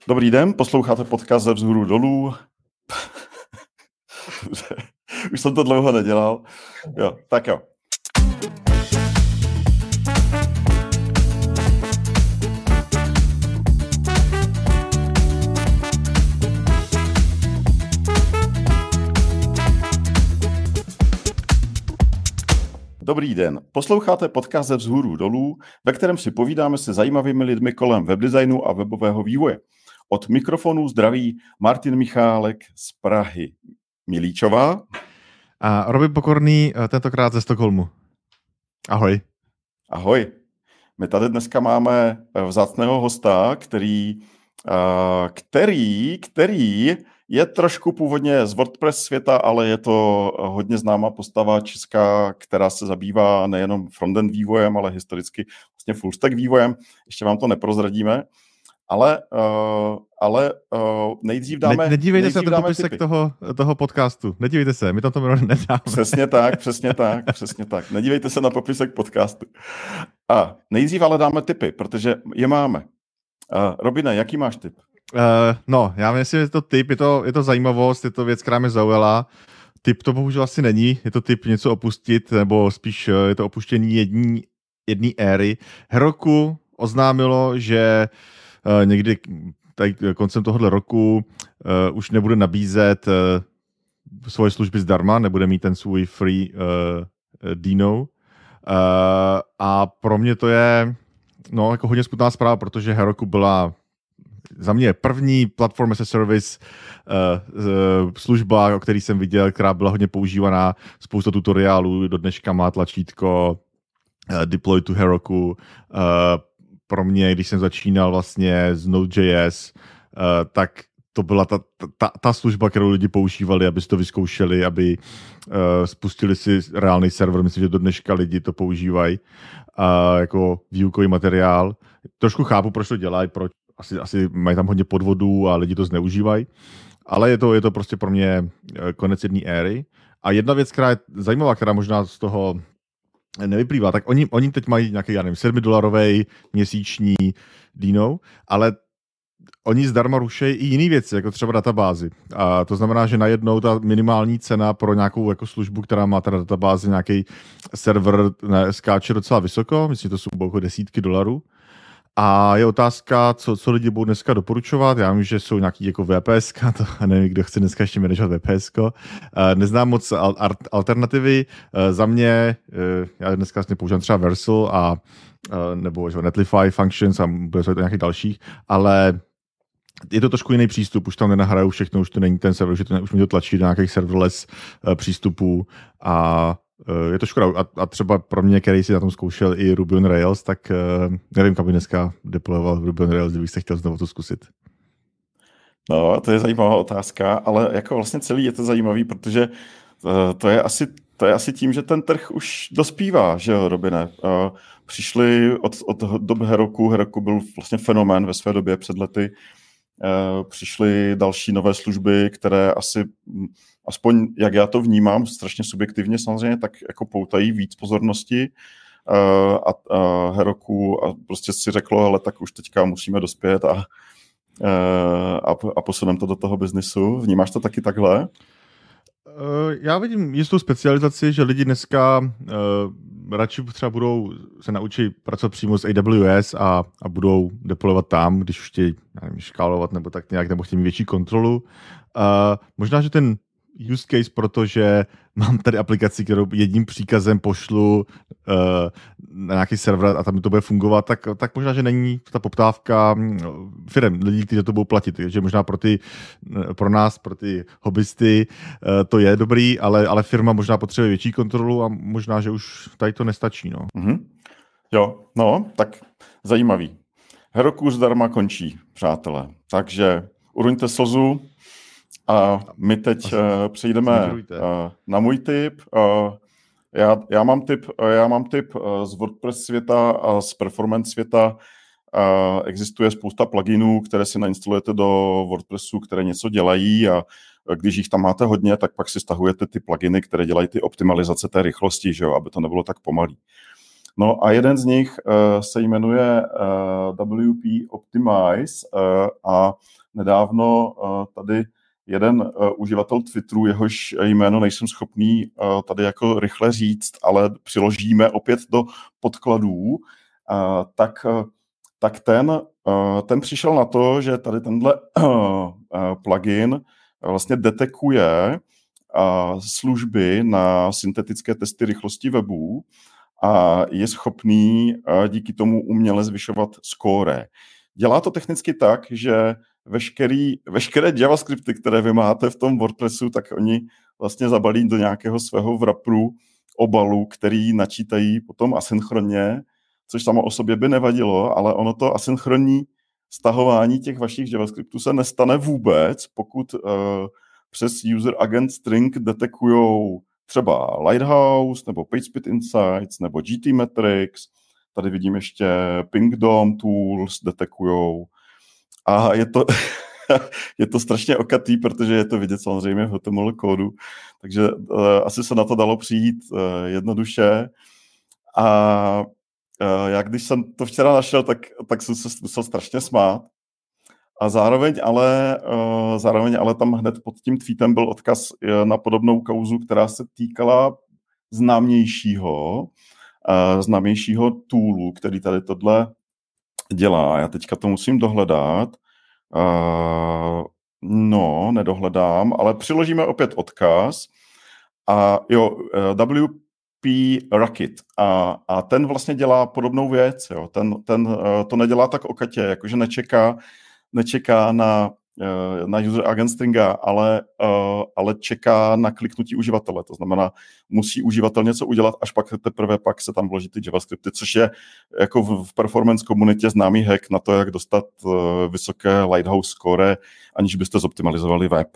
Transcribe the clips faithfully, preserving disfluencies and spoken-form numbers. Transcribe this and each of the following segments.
Dobrý den, posloucháte podcast Ze vzhůru dolů. Dobře, už jsem to dlouho nedělal. Jo, tak jo. Dobrý den, posloucháte podcast Ze vzhůru dolů, ve kterém si povídáme se zajímavými lidmi kolem webdesignu a webového vývoje. Od mikrofonu zdraví Martin Michálek z Prahy. Milíčová. A Robin Pokorný, tentokrát ze Stockholmu. Ahoj. Ahoj. My tady dneska máme vzácného hosta, který, který, který je trošku původně z WordPress světa, ale je to hodně známá postava česká, která se zabývá nejenom frontend vývojem, ale historicky vlastně full stack vývojem. Ještě vám to neprozradíme. Ale, uh, ale uh, nejdřív dáme... Ne, nedívejte nejdřív se na ten popisek toho, toho podcastu. Nedívejte se, my tam to nedáme. Přesně tak, přesně tak, přesně tak. Nedívejte se na popisek podcastu. A nejdřív ale dáme tipy, protože je máme. Uh, Robine, jaký máš tip? Uh, no, já myslím, že je to tip, je to, je to zajímavost, je to věc, která mě zaujala. Tip to bohužel asi není, je to tip něco opustit, nebo spíš je to opuštění jední, jedné éry. Heroku oznámilo, že Uh, někdy tady koncem tohohle roku uh, už nebude nabízet uh, svoje služby zdarma, nebude mít ten svůj free uh, Dino. Uh, a pro mě to je no, jako hodně smutná zpráva, protože Heroku byla za mě první platform as a service uh, uh, služba, o který jsem viděl, která byla hodně používaná, spousta tutoriálů, do dneška má tlačítko uh, deploy to Heroku. Uh, Pro mě, když jsem začínal vlastně z Node.js, uh, tak to byla ta, ta, ta služba, kterou lidi používali, aby si to vyzkoušeli, aby uh, spustili si reálný server. Myslím, že do dneška lidi to používají uh, jako výukový materiál. Trošku chápu, proč to dělají, proč asi, asi mají tam hodně podvodů a lidi to zneužívají, ale je to, je to prostě pro mě konec jedné éry. A jedna věc, která je zajímavá, která možná z toho nevyplývá, tak oni, oni teď mají nějaký, já nevím, sedmidolarový měsíční Dino, ale oni zdarma rušejí i jiné věci, jako třeba databázy. A to znamená, že najednou ta minimální cena pro nějakou jako službu, která má teda databázi, nějaký server, ne, skáče docela vysoko, myslím, že to jsou jako desítky dolarů. A je otázka, co, co lidi budou dneska doporučovat. Já vím, že jsou nějaký jako V P S ka, to nevím, kdo chce dneska ještě manažovat V P S ko. Neznám moc al- alternativy. Za mě, já dneska vlastně používám třeba Vercel a nebo Netlify Functions a bude to nějakých dalších, ale je to trošku jiný přístup, už tam nenahraju všechno, už to není ten server, už, to, už mi to tlačí do nějakých serverless přístupů a je to škoda. A, a třeba pro mě, který si na tom zkoušel i Ruby on Rails, tak uh, nevím, kam by dneska deployoval Ruby on Rails, kdybych se chtěl znovu to zkusit. No, to je zajímavá otázka, ale jako vlastně celý je to zajímavý, protože uh, to je asi to je asi tím, že ten trh už dospívá, že jo, Robine. Uh, přišli od, od doby Heroku, Heroku byl vlastně fenomén ve své době před lety, uh, přišly další nové služby, které asi aspoň jak já to vnímám, strašně subjektivně samozřejmě, tak jako poutají víc pozornosti uh, a, a Heroku a prostě si řeklo, ale tak už teďka musíme dospět a, uh, a, a posuneme to do toho biznisu. Vnímáš to taky takhle? Uh, já vidím jistou specializaci, že lidi dneska uh, radši třeba budou se naučit pracovat přímo s A W S a, a budou deployovat tam, když už chtějí nevím, škálovat nebo tak nějak, nebo chtějí mít větší kontrolu. Uh, možná, že ten use case, protože mám tady aplikaci, kterou jedním příkazem pošlu uh, na nějaký server a tam to bude fungovat, tak, tak možná, že není ta poptávka firem, lidí, kteří to budou platit. Takže možná pro, ty, pro nás, pro ty hobbysty uh, to je dobrý, ale, ale firma možná potřebuje větší kontrolu a možná, že už tady to nestačí. No. Mm-hmm. Jo, no, tak zajímavý. Heroku zdarma končí, přátelé. Takže uruňte slzu. A my teď uh, přejdeme uh, na můj tip. Uh, já, já mám tip, uh, já mám tip uh, z WordPress světa a z performance světa. Uh, existuje spousta pluginů, které si nainstalujete do WordPressu, které něco dělají a když jich tam máte hodně, tak pak si stahujete ty pluginy, které dělají ty optimalizace té rychlosti, že jo, aby to nebylo tak pomalý. No a jeden z nich uh, se jmenuje uh, W P Optimize uh, a nedávno tady jeden uživatel Twitteru, jehož jméno nejsem schopný tady jako rychle říct, ale přiložíme opět do podkladů, tak, tak ten, ten přišel na to, že tady tenhle plugin vlastně detekuje služby na syntetické testy rychlosti webu a je schopný díky tomu uměle zvyšovat skóre. Dělá to technicky tak, že veškerý, veškeré JavaScripty, které vy máte v tom WordPressu, tak oni vlastně zabalí do nějakého svého wrapperu obalu, který načítají potom asynchronně, což samo o sobě by nevadilo, ale ono to asynchronní stahování těch vašich JavaScriptů se nestane vůbec, pokud uh, přes user agent string detekujou třeba Lighthouse, nebo PageSpeed Insights, nebo G T Metrics. Tady vidím ještě Pingdom Tools detekujou. A je to, je to strašně okatý, protože je to vidět samozřejmě v H T M L kódu. Takže uh, asi se na to dalo přijít uh, jednoduše. A uh, já když jsem to včera našel, tak, tak jsem se musel strašně smát. A zároveň ale, uh, zároveň ale tam hned pod tím tweetem byl odkaz na podobnou kauzu, která se týkala známějšího, uh, známějšího toolu, který tady tohle dělá. Já teďka to musím dohledat. Uh, no, nedohledám, ale přiložíme opět odkaz. A jo, W P Rocket. A, a ten vlastně dělá podobnou věc. Jo. Ten, ten uh, to nedělá tak okatě, jakože nečeká nečeká na, na user agent stringa, ale, ale čeká na kliknutí uživatele. To znamená, musí uživatel něco udělat, až pak teprve pak se tam vloží ty JavaScripty, což je jako v performance komunitě známý hack na to, jak dostat vysoké Lighthouse score, aniž byste zoptimalizovali web.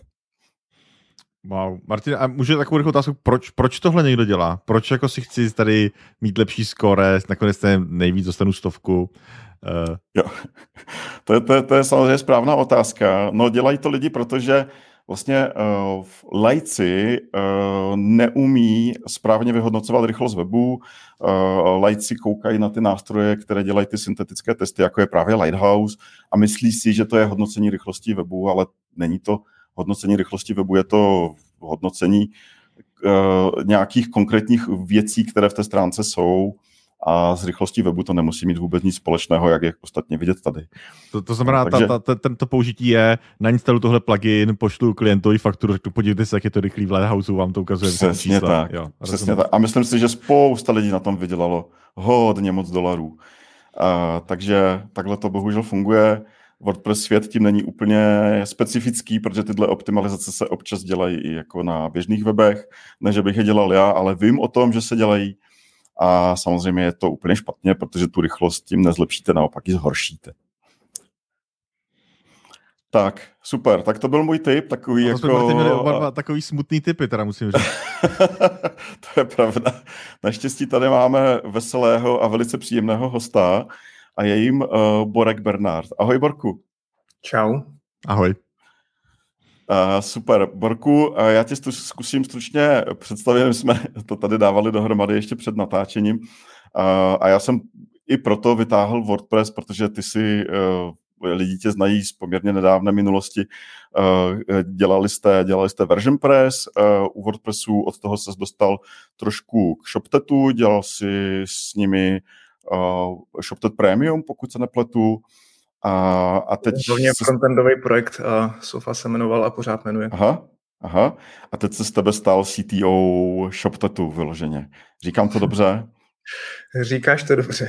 Wow. Martin, a můžu takovou rychlou otázku, proč, proč tohle někdo dělá? Proč jako si chci tady mít lepší score, nakonec nejvíc dostanu stovku? Uh... Jo, to je, to, je, to je samozřejmě správná otázka. No dělají to lidi, protože vlastně uh, lajci uh, neumí správně vyhodnocovat rychlost webu. Uh, lajci koukají na ty nástroje, které dělají ty syntetické testy, jako je právě Lighthouse, a myslí si, že to je hodnocení rychlosti webu, ale není to hodnocení rychlosti webu, je to hodnocení uh, nějakých konkrétních věcí, které v té stránce jsou. A s rychlostí webu to nemusí mít vůbec nic společného, jak je ostatně vidět tady. To, to znamená, no, takže... ta, ta, tento použití je, nainstaluji tohle plugin, pošlu klientovi fakturu, řeknu, podívejte se, jak je to rychlý v Lighthouse, vám to ukazuje. Přesně tak, jo, přesně tak. A myslím si, že spousta lidí na tom vydělalo hodně moc dolarů. Uh, takže takhle to bohužel funguje. WordPress svět tím není úplně specifický, protože tyhle optimalizace se občas dělají i jako na běžných webech. Ne, že bych je dělal já, ale vím o tom, že se dělají. A samozřejmě je to úplně špatně, protože tu rychlost tím nezlepšíte, naopak ji zhoršíte. Tak, super. Tak to byl můj tip. Takový, jako... jsme měli oba dva takový smutný tipy, teda musím říct. To je pravda. Naštěstí tady máme veselého a velice příjemného hosta a je jim uh, Borek Bernard. Ahoj, Borku. Čau. Ahoj. Uh, super. Borku, uh, já tě zkusím stručně představit, my jsme to tady dávali dohromady ještě před natáčením uh, a já jsem i proto vytáhl WordPress, protože ty si, uh, lidi tě znají z poměrně nedávné minulosti, uh, dělali jste, dělali jste version press uh, u WordPressu, od toho ses dostal trošku k ShopTetu, dělal si s nimi uh, ShopTet Premium, pokud se nepletu. A, a teď hlavně se... frontendový projekt uh, Sofa se jmenoval a pořád jmenuje. Aha, aha. A teď se z tebe stal C T O ShopTetu vyloženě. Říkám to dobře? Říkáš to dobře.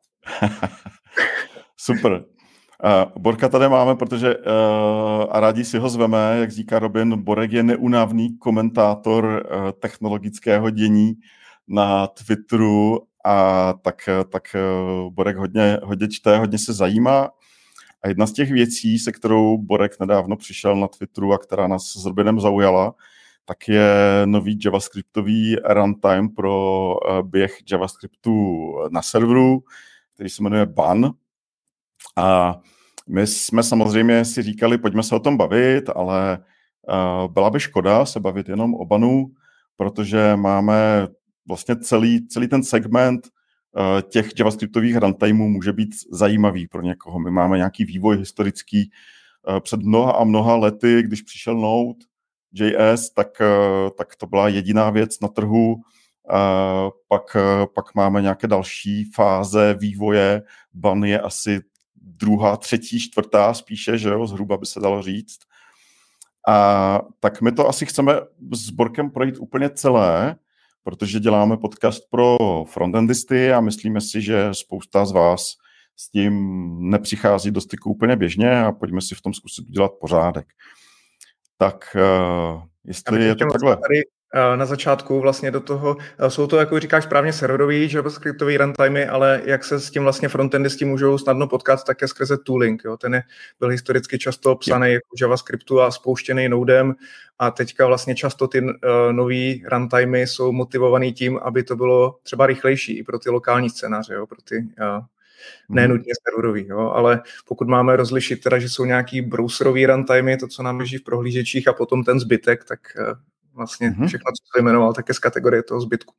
Super. Uh, Borka tady máme, protože uh, a rádi si ho zveme, jak říká Robin, Borek je neunavný komentátor uh, technologického dění na Twitteru a tak, tak uh, Borek hodně, hodně čte, hodně se zajímá. A jedna z těch věcí, se kterou Borek nedávno přišel na Twitteru a která nás s Robinem zaujala, tak je nový javascriptový runtime pro běh JavaScriptu na serveru, který se jmenuje Ban. A my jsme samozřejmě si říkali, pojďme se o tom bavit, ale byla by škoda se bavit jenom o Banu, protože máme vlastně celý, celý ten segment těch javascriptových runtimeů může být zajímavý pro někoho. My máme nějaký vývoj historický před mnoha a mnoha lety, když přišel Node J S, tak, tak to byla jediná věc na trhu. Pak, pak máme nějaké další fáze vývoje. Ban je asi druhá, třetí, čtvrtá spíše, že jo, zhruba by se dalo říct. A tak my to asi chceme s Borkem projít úplně celé, protože děláme podcast pro frontendisty a myslíme si, že spousta z vás s tím nepřichází do styku úplně běžně a pojďme si v tom zkusit udělat pořádek. Tak uh, jestli je to takhle... Tady na začátku vlastně do toho, jsou to, jako říkáš správně, serverový, javascriptový runtimey, ale jak se s tím vlastně frontendisti můžou snadno potkat, tak je skrze tooling. Jo. Ten je, byl historicky často psaný jako JavaScriptu a spouštěný Nodem a teďka vlastně často ty uh, nový runtimey jsou motivovaný tím, aby to bylo třeba rychlejší i pro ty lokální scénáře, jo, pro ty uh, nenutně serverový, jo, ale pokud máme rozlišit teda, že jsou nějaký browserový runtimey, to, co nám běží v prohlížečích a potom ten zbytek, tak uh, vlastně mm-hmm. všechno, co jsi jmenoval, tak je z kategorie toho zbytku.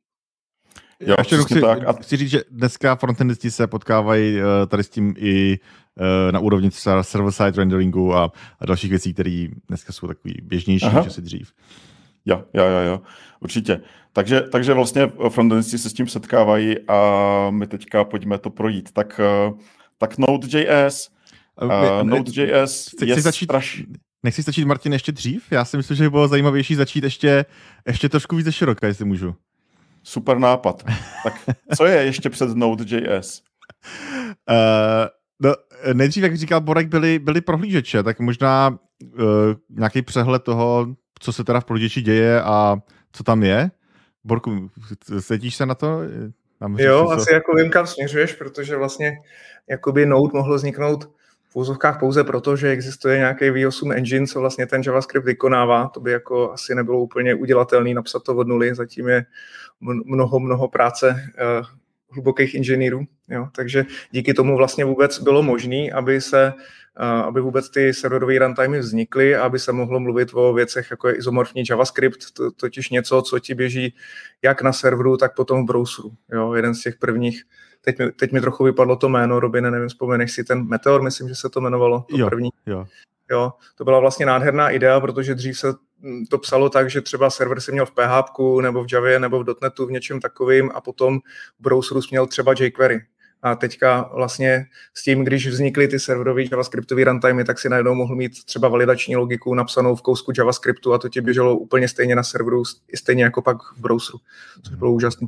Já ještě chci, tak a... chci říct, že dneska frontendisti se potkávají uh, tady s tím i uh, na úrovni server-side renderingu a, a dalších věcí, které dneska jsou takový běžnější, než asi dřív. Jo, jo, jo, jo, určitě. Takže, takže vlastně frontendisti se s tím setkávají a my teďka pojďme to projít. Tak, uh, tak Node.js. Uh, Node.js je začít... straš... Nechci začít, Martin, ještě dřív? Já si myslím, že by bylo zajímavější začít ještě, ještě trošku více široka, jestli můžu. Super nápad. Tak co je ještě před Node.js? Uh, no, nejdřív, jak říkal Borek, byly, byly prohlížeče, tak možná uh, nějaký přehled toho, co se teda v prohlížeči děje a co tam je. Borku, cítíš se na to? Tam jo, asi co? Jako vím, kam směřuješ, protože vlastně jakoby Node mohlo vzniknout v úzovkách pouze proto, že existuje nějaký V osm engine, co vlastně ten JavaScript vykonává. To by jako asi nebylo úplně udělatelné napsat to od nuly, zatím je mnoho, mnoho práce uh, hlubokých inženýrů. Jo? Takže díky tomu vlastně vůbec bylo možné, aby se uh, aby vůbec ty serverové runtimey vznikly a aby se mohlo mluvit o věcech, jako je izomorfní JavaScript, to, totiž něco, co ti běží jak na serveru, tak potom v browseru. Jo? Jeden z těch prvních. Teď mi, teď mi trochu vypadlo to jméno, Robine, nevím, vzpomeneš si ten Meteor, myslím, že se to jmenovalo, to jo, první. Jo. Jo, to byla vlastně nádherná idea, protože dřív se to psalo tak, že třeba server si měl v P H P, nebo v Javě, nebo v .NETu, v něčem takovým a potom v browseru měl třeba jQuery. A teďka vlastně s tím, když vznikly ty serverový javascriptový runtimey, tak si najednou mohl mít třeba validační logiku napsanou v kousku JavaScriptu a to ti běželo úplně stejně na serveru, stejně jako pak v browseru, což bylo úžasné.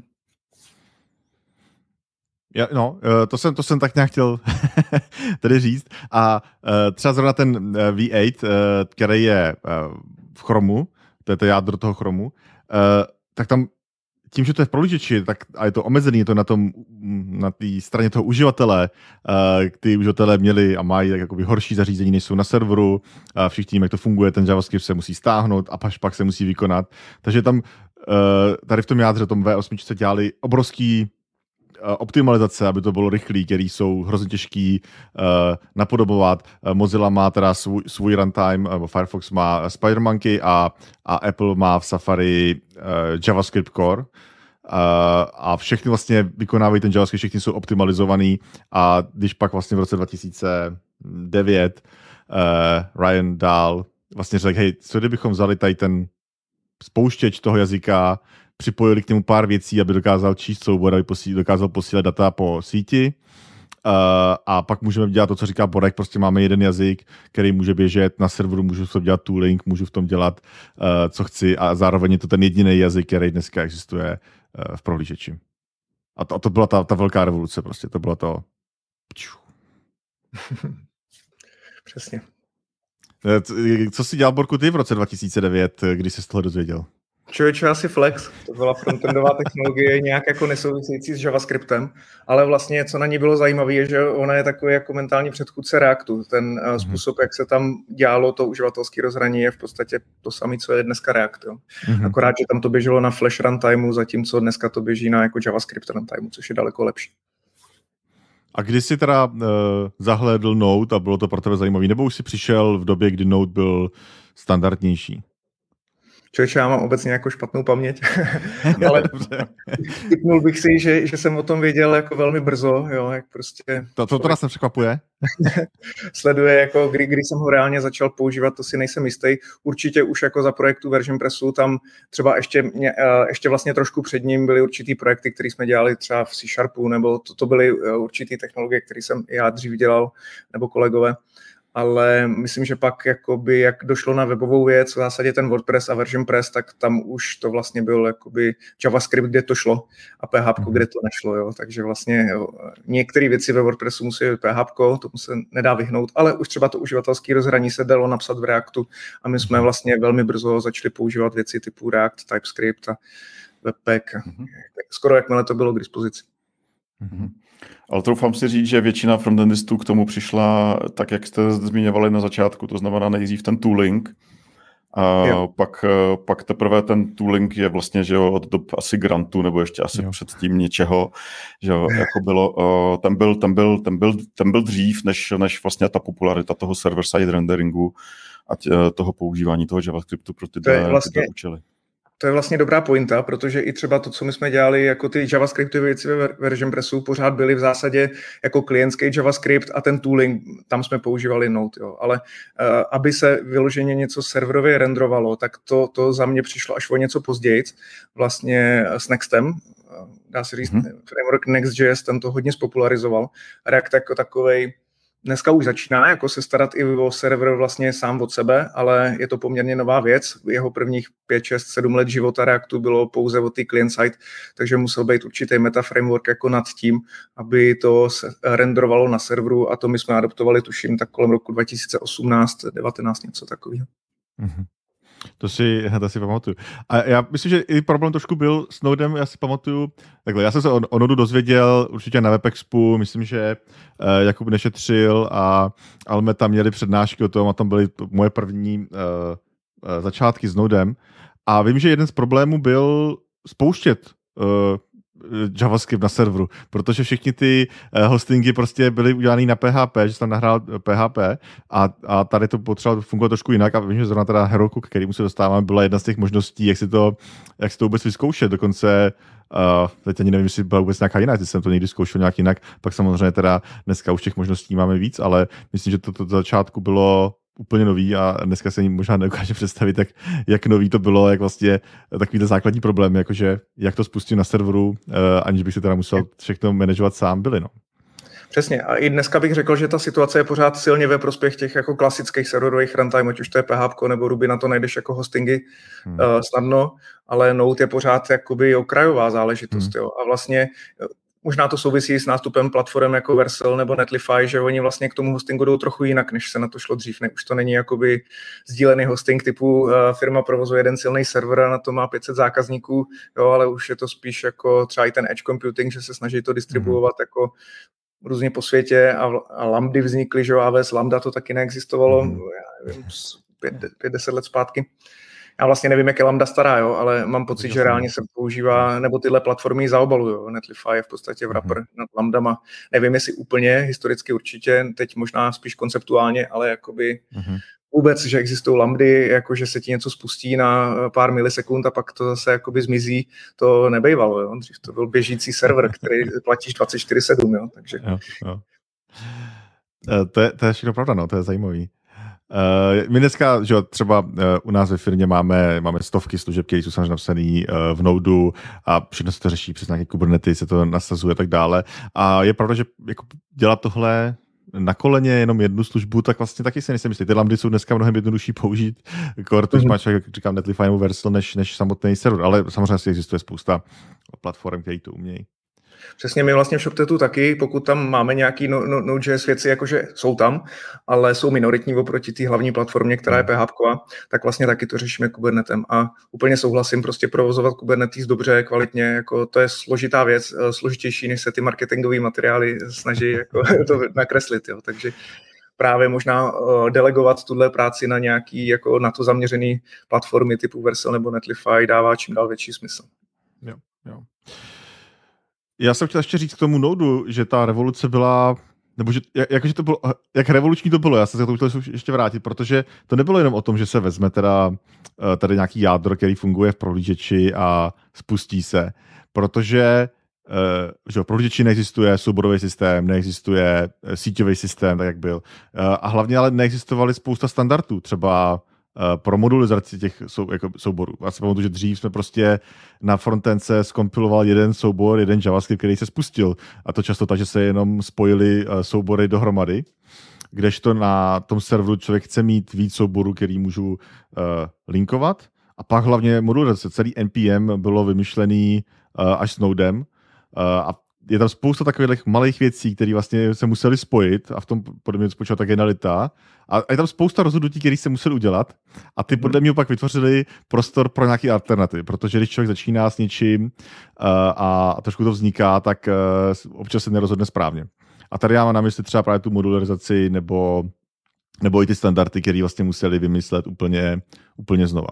Ja, no, to jsem, to jsem tak nějak chtěl tady říct. A třeba zrovna ten V osm, který je v Chromu, to je to jádro toho Chromu, tak tam tím, že to je v prohlížeči, tak a je to omezený, je to na tom, na té straně toho uživatele, ty uživatelé měli a mají tak jakoby horší zařízení, než jsou na serveru, a všichni víme, jak to funguje, ten JavaScript se musí stáhnout a až pak se musí vykonat. Takže tam tady v tom jádře, tom V osm dělali obrovský optimalizace, aby to bylo rychlý, který jsou hrozně těžký uh, napodobovat. Uh, Mozilla má teda svůj, svůj runtime, uh, Firefox má SpiderMonkey a, a Apple má v Safari uh, JavaScript Core. Uh, a všechny vlastně vykonávají ten JavaScript, všechny jsou optimalizovaný a když pak vlastně v roce dva tisíce devět uh, Ryan Dahl vlastně řekl, hej, co kdybychom vzali tady ten spouštěč toho jazyka, připojili k němu pár věcí, aby dokázal číst soubor, aby posíl, dokázal posílat data po síti. Uh, a pak můžeme dělat to, co říká Borek, prostě máme jeden jazyk, který může běžet na serveru, můžu v tom dělat tooling, můžu v tom dělat, uh, co chci a zároveň je to ten jediný jazyk, který dneska existuje uh, v prohlížeči. A to, a to byla ta, ta velká revoluce prostě, to bylo to... Přesně. Co si dělal, Borku, ty v roce dva tisíce devět, když jsi z toho dozvěděl? Člověče, asi Flex, to byla frontendová technologie nějak jako nesouvisející s JavaScriptem, ale vlastně, co na ní bylo zajímavé, je, že ona je takový jako mentální předchůdce Reactu. Ten mm-hmm. způsob, jak se tam dělalo to uživatelské rozhraní, je v podstatě to samé, co je dneska React. Jo. Mm-hmm. Akorát, že tam to běželo na Flash runtimeu, zatímco dneska to běží na jako JavaScript runtimeu, což je daleko lepší. A kdy jsi teda uh, zahlédl Node a bylo to pro tebe zajímavé, nebo už jsi přišel v době, kdy Node byl standardnější? Člověče, já mám obecně jako špatnou paměť, ale typnul bych si, že, že jsem o tom věděl jako velmi brzo, jo, jak prostě... To, to, to nás nepřekvapuje. Sleduje, jako kdy, kdy jsem ho reálně začal používat, to si nejsem jistý. Určitě už jako za projektu Version Pressu, tam třeba ještě, ještě vlastně trošku před ním byly určitý projekty, které jsme dělali třeba v C Sharpu, nebo to, to byly určitý technologie, které jsem já dřív dělal, nebo kolegové. Ale myslím, že pak jakoby, jak došlo na webovou věc, v zásadě ten WordPress a Version Press, tak tam už to vlastně byl jakoby JavaScript, kde to šlo a P H P, kde to nešlo, jo. Takže vlastně jo, některé věci ve WordPressu musí být P H P, tomu se nedá vyhnout, ale už třeba to uživatelské rozhraní se dalo napsat v Reactu a my jsme vlastně velmi brzo začali používat věci typu React, TypeScript a Webpack, mm-hmm. skoro jakmile to bylo k dispozici. Mm-hmm. Ale troufám si říct, že většina frontendistů k tomu přišla tak, jak jste zmiňovali na začátku, to znamená nejdřív ten tooling a pak, pak teprve ten tooling je vlastně, že jo, od dob asi grantu nebo ještě asi jo. předtím něčeho, že jo, jako bylo, ten byl, ten byl, ten byl, ten byl dřív, než, než vlastně ta popularita toho server-side renderingu a tě, toho používání toho JavaScriptu pro ty vlastně... účely. To je vlastně dobrá pointa, protože i třeba to, co my jsme dělali, jako ty JavaScriptové věci ve Version Pressu, pořád byly v zásadě jako klientský JavaScript a ten tooling, tam jsme používali Node, jo. Ale uh, aby se vyloženě něco serverově renderovalo, tak to, to za mě přišlo až o něco později, vlastně s Nextem, dá se říct, hmm. framework Next.js, ten to hodně spopularizoval. React jako takovej dneska už začíná jako se starat i o server vlastně sám od sebe, ale je to poměrně nová věc. Jeho prvních pět, šest, sedm let života Reactu bylo pouze o té client-side, takže musel být určitý meta framework jako nad tím, aby to renderovalo na serveru a to my jsme adaptovali, tuším, tak kolem roku dva tisíce osmnáct devatenáct, něco takového. Mm-hmm. To si, to si pamatuju. A já myslím, že i problém trošku byl s Nodem, já si pamatuju, takhle, já jsem se o, o Nodu dozvěděl určitě na WebExpu, myslím, že uh, Jakub Nešetřil a Almeta měli přednášky o tom a tam byly moje první uh, uh, začátky s Nodem. A vím, že jeden z problémů byl spouštět uh, JavaScript na serveru, protože všichni ty hostingy prostě byly udělaný na P H P, že jsem tam nahrál P H P a, a tady to potřebovalo fungovat trošku jinak a vím, že zrovna teda Heroku, k kterému se dostáváme, byla jedna z těch možností, jak si to, jak si to vůbec vyzkoušet, dokonce uh, teď ani nevím, jestli byla vůbec nějaká jiná, jestli jsem to někdy zkoušel nějak jinak, pak samozřejmě teda dneska už těch možností máme víc, ale myslím, že to, to, to začátku bylo úplně nový a dneska se možná neukáže představit, jak, jak nový to bylo, jak vlastně takovýhle základní problém, jakože jak to spustit na serveru, uh, aniž bych si teda musel všechno manažovat sám, byli, no. Přesně. A i dneska bych řekl, že ta situace je pořád silně ve prospěch těch jako klasických serverových runtime, ať už to je P H P nebo Ruby, na to najdeš jako hostingy hmm. uh, snadno, ale Node je pořád jakoby okrajová záležitost. Hmm. Jo. A vlastně možná to souvisí s nástupem platform jako Vercel nebo Netlify, že oni vlastně k tomu hostingu jdou trochu jinak, než se na to šlo dřív. Ne, už to není jakoby sdílený hosting typu uh, firma provozuje jeden silný server a na to má pět set zákazníků, jo, ale už je to spíš jako třeba i ten edge computing, že se snaží to distribuovat mm. jako různě po světě a, a lambdy vznikly, že jo, A W S Lambda to taky neexistovalo, mm. já nevím, pět, pět, deset let zpátky. Já vlastně nevím, jak je Lambda stará, jo, ale mám pocit, že reálně se používá, nebo tyhle platformy zaobalují. Netlify je v podstatě wrapper mm-hmm. nad Lambdama. Nevím, jestli úplně, historicky určitě, teď možná spíš konceptuálně, ale jakoby mm-hmm. vůbec, že existují lambdy, jako že se ti něco spustí na pár milisekund a pak to zase jakoby zmizí, to nebejvalo, jo. Dřív to byl běžící server, který platíš dvacet čtyři sedm, jo, takže. Jo, jo. To je, to je všechno pravda, no, to je zajímavý. Uh, my dneska, že třeba uh, u nás ve firmě máme, máme stovky služeb, které jsou samozřejmě napsané uh, v Nodu a všechno se to řeší přes nějaké Kubernetes, se to nasazuje a tak dále. A je pravda, že jako dělat tohle na koleně jenom jednu službu, tak vlastně taky si nejsem myslí. Ty lambdy jsou dneska mnohem jednodušší použít, kor, to, mm-hmm. máš, jak říkám, Netlify nebo Vercel, než, než samotný server, ale samozřejmě si existuje spousta platform, které to umějí. Přesně, my vlastně v ShopTetu taky, pokud tam máme nějaký Node.js věci, jakože jsou tam, ale jsou minoritní oproti té hlavní platformě, která je P H P, tak vlastně taky to řešíme Kubernetem. A úplně souhlasím, prostě provozovat Kubernetes dobře, kvalitně, jako to je složitá věc, složitější, než se ty marketingové materiály snaží jako to nakreslit. Jo. Takže právě možná delegovat tuhle práci na nějaký jako na to zaměřený platformy typu Vercel nebo Netlify dává čím dál větší smysl. Jo, jo. Já jsem chtěl ještě říct k tomu Nodu, že ta revoluce byla nebo že, jakože to bylo, jak revoluční to bylo, já se to chtěl ještě vrátit, protože to nebylo jenom o tom, že se vezme teda tady nějaký jádro, který funguje v prohlížeči a spustí se, protože že v prohlížeči neexistuje souborový systém, neexistuje síťový systém, tak jak byl. A hlavně ale neexistovaly spousta standardů, třeba pro modulizaci těch sou, jako souborů. Já si pamatuju, že dřív jsme prostě na frontence skompiloval jeden soubor, jeden JavaScript, který se spustil. A to často tak, že se jenom spojily soubory dohromady, kdežto na tom serveru člověk chce mít víc souborů, který můžu uh, linkovat. A pak hlavně modulizace. Celý N P M bylo vymyšlený uh, až s Nodem. Uh, a je tam spousta takových malých věcí, které vlastně se museli spojit a v tom podle mě spočívala ta genialita. A je tam spousta rozhodnutí, které se museli udělat a ty podle mě pak vytvořili prostor pro nějaké alternativy, protože když člověk začíná s něčím uh, a trošku to vzniká, tak uh, občas se nerozhodne správně. A tady já mám na mysli třeba právě tu modularizaci nebo, nebo i ty standardy, které vlastně museli vymyslet úplně, úplně znova.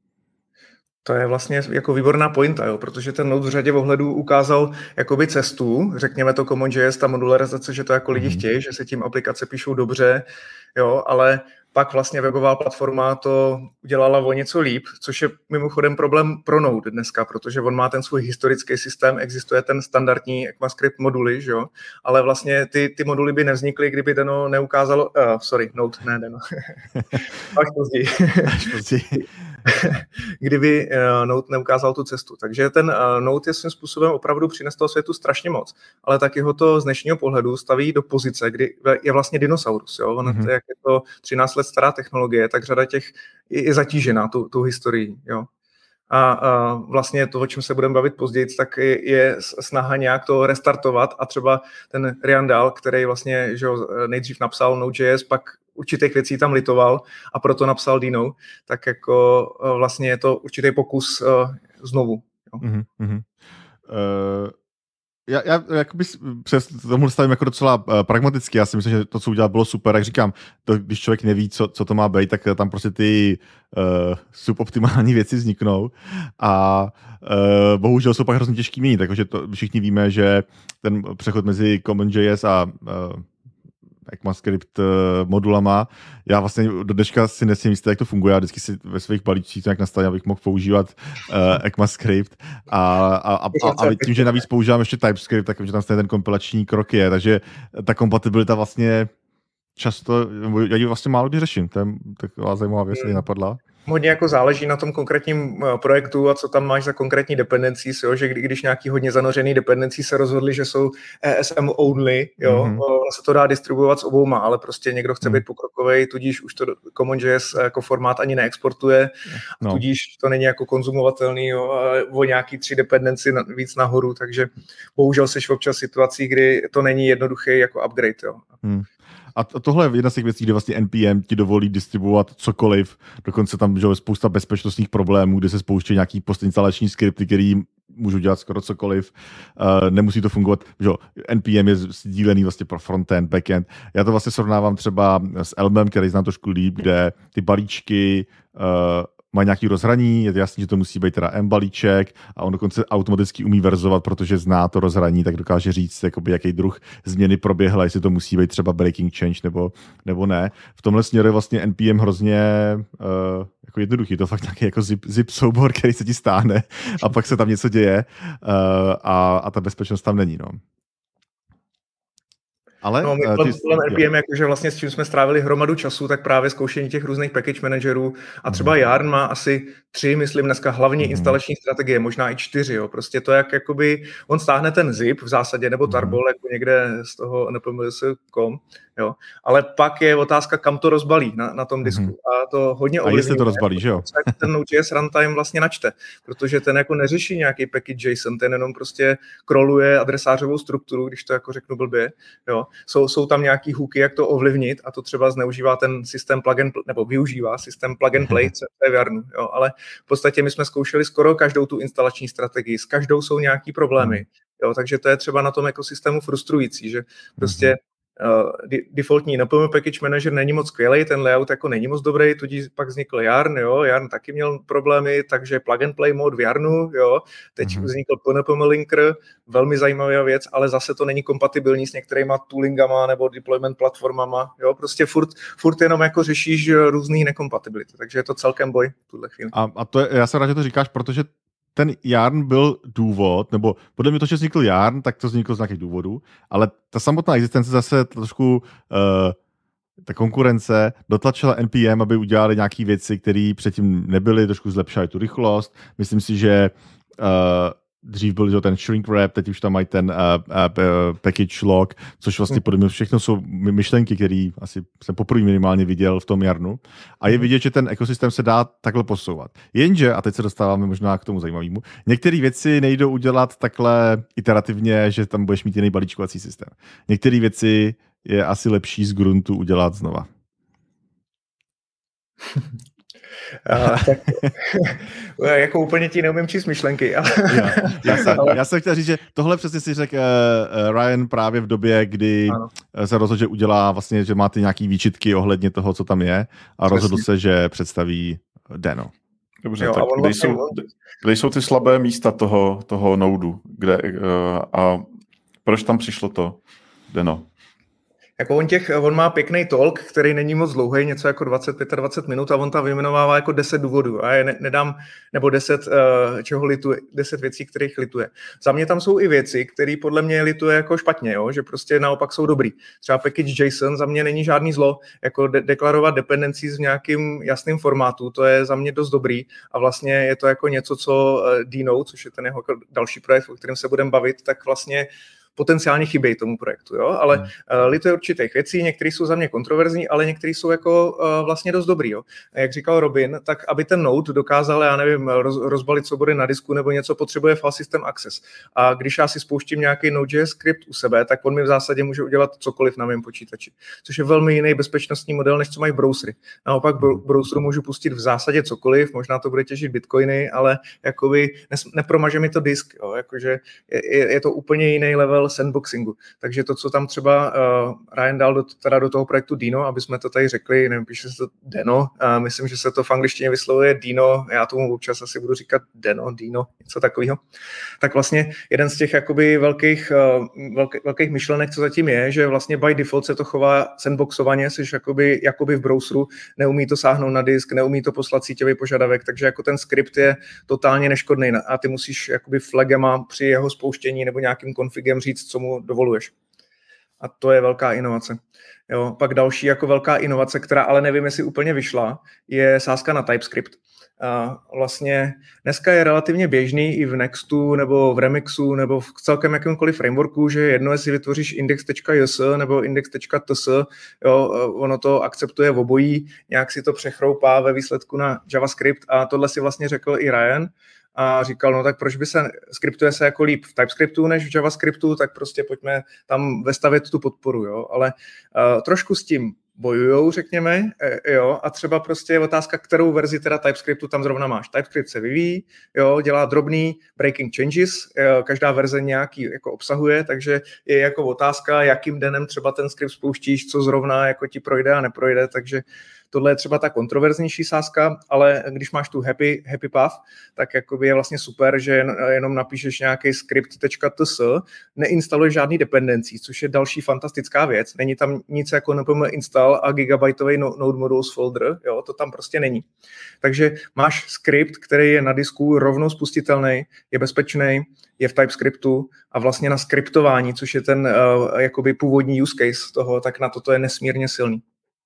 To je vlastně jako výborná pointa, jo, protože ten Node v řadě ohledů ukázal jakoby cestu, řekněme to CommonJS, ta modularizace, že to jako lidi mm-hmm. chtějí, že se tím aplikace píšou dobře, jo, ale pak vlastně webová platforma to udělala o něco líp, což je mimochodem problém pro Node dneska, protože on má ten svůj historický systém, existuje ten standardní ECMAScript moduly, že jo, ale vlastně ty, ty moduly by nevznikly, kdyby Deno neukázalo, uh, sorry, Node, ne Deno, až později. Až později. kdyby uh, Node neukázal tu cestu. Takže ten uh, Node je svým způsobem opravdu přinesl toho světu strašně moc, ale taky ho to z dnešního pohledu staví do pozice, kdy je vlastně dinosaurus. Jo? On, mm-hmm. Jak je to třináct let stará technologie, tak řada těch je, je zatížená tou, tou historií. Jo? A, a vlastně to, o čem se budeme bavit později, tak je, je snaha nějak to restartovat a třeba ten Ryan Dahl, který vlastně že jo, nejdřív napsal Node.js, pak určitých věcí tam litoval a proto napsal Dino, tak jako vlastně je to určitý pokus uh, znovu. Jo. Mm-hmm. Uh, já, já jakoby přes tomu stavím jako docela uh, pragmaticky. Já si myslím, že to, co udělal, bylo super. Jak říkám, to, když člověk neví, co, co to má být, tak tam prostě ty uh, suboptimální věci vzniknou a uh, bohužel jsou pak hrozně těžký měnit, takže to všichni víme, že ten přechod mezi CommonJS a uh, ECMAScript uh, modulama. Já vlastně do dneška si nesmím jistý, jak to funguje. Já vždycky si ve svých balíčcích to nějak nastavím, abych mohl používat uh, ECMAScript. A, a, a, a, a tím, že navíc používám ještě TypeScript, tak že tam ten kompilační krok je. Takže ta kompatibilita vlastně často, já ji vlastně málo kdy řeším. To je taková zajímavá věc, mě napadla. Hodně jako záleží na tom konkrétním projektu a co tam máš za konkrétní dependencies, jo? Že kdy, když nějaký hodně zanořený dependencies se rozhodli, že jsou E S M only, jo? Mm-hmm. Ono se to dá distribuovat s obouma, ale prostě někdo chce mm. být pokrokovej, tudíž už to CommonJS jako formát ani neexportuje, no. Tudíž to není jako konzumovatelný, jo? O nějaký tři dependency na, víc nahoru, takže bohužel seš občas situací, kdy to není jednoduchý jako upgrade. Jo? Mm. A tohle je jedna z těch věcí, kde vlastně N P M ti dovolí distribuovat cokoliv, dokonce tam je spousta bezpečnostních problémů, kde se spouští nějaký postinstalační skripty, který můžou dělat skoro cokoliv. Uh, nemusí to fungovat, že N P M je sdílený vlastně pro frontend, backend. Já to vlastně srovnávám třeba s Elmem, který znám trošku líp, kde ty balíčky uh, má nějaký rozhraní, je to jasný, že to musí být teda M balíček a on dokonce automaticky umí verzovat, protože zná to rozhraní, tak dokáže říct, jakoby, jaký druh změny proběhla, jestli to musí být třeba breaking change nebo, nebo ne. V tomhle směru je vlastně N P M hrozně uh, jako jednoduchý, to fakt nějaký jako zip, zip soubor, který se ti stáhne a pak se tam něco děje uh, a, a ta bezpečnost tam není. No. Ale no, my kolem, kolem R P M, jakože vlastně s čím jsme strávili hromadu času, tak právě zkoušení těch různých package managerů a třeba mm. Yarn má asi tři, myslím dneska hlavní mm. instalační strategie, možná i čtyři, jo. Prostě to, jak jakoby on stáhne ten zip v zásadě, nebo tarbol, mm. jako někde z toho N P M S tečka com, jo. Ale pak je otázka, kam to rozbalí na, na tom disku. Mm. A to hodně ovlivní. A jestli to rozbalí, že jo? Ten Node.js runtime vlastně načte, protože ten jako neřeší nějaký package JSON, ten jenom prostě kroluje adresářovou strukturu, když to jako řeknu blbě, jo. Jsou, jsou tam nějaký hooky, jak to ovlivnit a to třeba zneužívá ten systém plug and play, nebo využívá systém plug and play v Yarnu, jo, ale v podstatě my jsme zkoušeli skoro každou tu instalační strategii, s každou jsou nějaký problémy, jo, takže to je třeba na tom ekosystému frustrující, že prostě uh, defaultní N P M Package Manager není moc skvělý, ten layout jako není moc dobrý, tudíž pak vznikl Yarn, jo, Yarn taky měl problémy, takže plug and play mod v Yarnu, jo, teď mm-hmm. vznikl P N P M Linker, velmi zajímavá věc, ale zase to není kompatibilní s některýma toolingama nebo deployment platformama, jo, prostě furt, furt jenom jako řešíš různý nekompatibility, takže je to celkem boj v tuhle chvíli. A, a to je, já jsem rád, že to říkáš, protože ten Yarn byl důvod, nebo podle mě to, že vznikl Yarn, tak to vzniklo z nějakých důvodů, ale ta samotná existence zase trošku, uh, ta konkurence dotlačila N P M, aby udělali nějaké věci, které předtím nebyly, trošku zlepšily tu rychlost. Myslím si, že uh, dřív byl ten shrink wrap, teď už tam mají ten uh, uh, package lock, což vlastně podle mě všechno jsou myšlenky, které asi jsem poprvé minimálně viděl v tom Yarnu. A je vidět, že ten ekosystém se dá takhle posouvat. Jenže, a teď se dostáváme možná k tomu zajímavému, některé věci nejdou udělat takhle iterativně, že tam budeš mít jiný balíčkovací systém. Některé věci je asi lepší z gruntu udělat znova. Uh, tak, jako úplně ti neumím číst myšlenky. Ale... já, já, jsem, já jsem chtěl říct, že tohle přesně si řekl uh, Ryan právě v době, kdy ano. se rozhodl, že udělá vlastně, že má ty nějaký výčitky ohledně toho, co tam je a přesně. rozhodl se, že představí Deno. Dobře, jo, tak kde, vlastně... jsou, kde jsou ty slabé místa toho, toho noudu? Kde, uh, a proč tam přišlo to Deno? Jako on, těch, on má pěkný talk, který není moc dlouhý, něco jako dvacet až dvacet pět minut a on tam vyjmenovává jako deset důvodů a já ne, nedám, nebo deset, uh, čeho lituje, deset věcí, kterých lituje. Za mě tam jsou i věci, které podle mě lituje jako špatně, jo? Že prostě naopak jsou dobrý. Třeba package JSON za mě není žádný zlo, jako de- deklarovat dependencies v nějakým jasným formátu, to je za mě dost dobrý a vlastně je to jako něco, co uh, Dino, což je ten jeho další projekt, o kterém se budeme bavit, tak vlastně potenciálně chybějí tomu projektu, jo, ale hmm. uh, lituje určitých věcí, některé jsou za mě kontroverzní, ale některé jsou jako uh, vlastně dost dobrý, jo. Jak říkal Robin, tak aby ten Node dokázal, já nevím, roz, rozbalit soubory na disku nebo něco, potřebuje file system access. A když já si spouštím nějaký Node.js skript u sebe, tak on mi v zásadě může udělat cokoliv na mém počítači, což je velmi jiný bezpečnostní model, než co mají browsery. Naopak v browseru můžu pustit v zásadě cokoliv, možná to bude těžit bitcoiny, ale jakoby nepromaže mi to disk, jo, jakože je, je to úplně jiný level sandboxingu. Takže to, co tam třeba uh, Ryan dal do, teda do toho projektu Dino, aby jsme to tady řekli, nevím, píše se to Deno, uh, myslím, že se to v angličtině vyslovuje Dino, já tomu občas asi budu říkat Deno, Dino, něco takového. Tak vlastně jeden z těch jakoby velkých, uh, velký, velkých myšlenek, co zatím je, že vlastně by default se to chová sandboxovaně, jsi jakoby, jakoby v browseru, neumí to sáhnout na disk, neumí to poslat síťový požadavek, takže jako ten skript je totálně neškodný a ty musíš jakoby flagema při jeho spouštění nebo nějakým konfigem říct, co mu dovoluješ. A to je velká inovace. Jo, pak další jako velká inovace, která ale nevím, jestli úplně vyšla, je sázka na TypeScript. A vlastně dneska je relativně běžný i v Nextu nebo v Remixu nebo v celkem jakýmkoliv frameworku, že jedno, jestli vytvoříš index.js nebo index.ts, jo, ono to akceptuje v obojí, nějak si to přechroupá ve výsledku na JavaScript a tohle si vlastně řekl i Ryan, a říkal, no tak proč by se, skriptuje se jako líp v TypeScriptu než v JavaScriptu, tak prostě pojďme tam vestavět tu podporu, jo, ale uh, trošku s tím bojujou, řekněme, e, jo, a třeba prostě je otázka, kterou verzi teda TypeScriptu tam zrovna máš. TypeScript se vyvíjí, jo, dělá drobný breaking changes, jo, každá verze nějaký jako obsahuje, takže je jako otázka, jakým dnem třeba ten skript spouštíš, co zrovna jako ti projde a neprojde, takže tohle je třeba ta kontroverznější sázka, ale když máš tu happy, happy path, tak jakoby je vlastně super, že jenom napíšeš nějaký script.ts, neinstaluješ žádný dependencí, což je další fantastická věc. Není tam nic jako npm install a gigabajtový node modules folder, jo, to tam prostě není. Takže máš skript, který je na disku rovnou spustitelný, je bezpečný, je v TypeScriptu a vlastně na skriptování, což je ten uh, jakoby původní use case toho, tak na to to je nesmírně silný.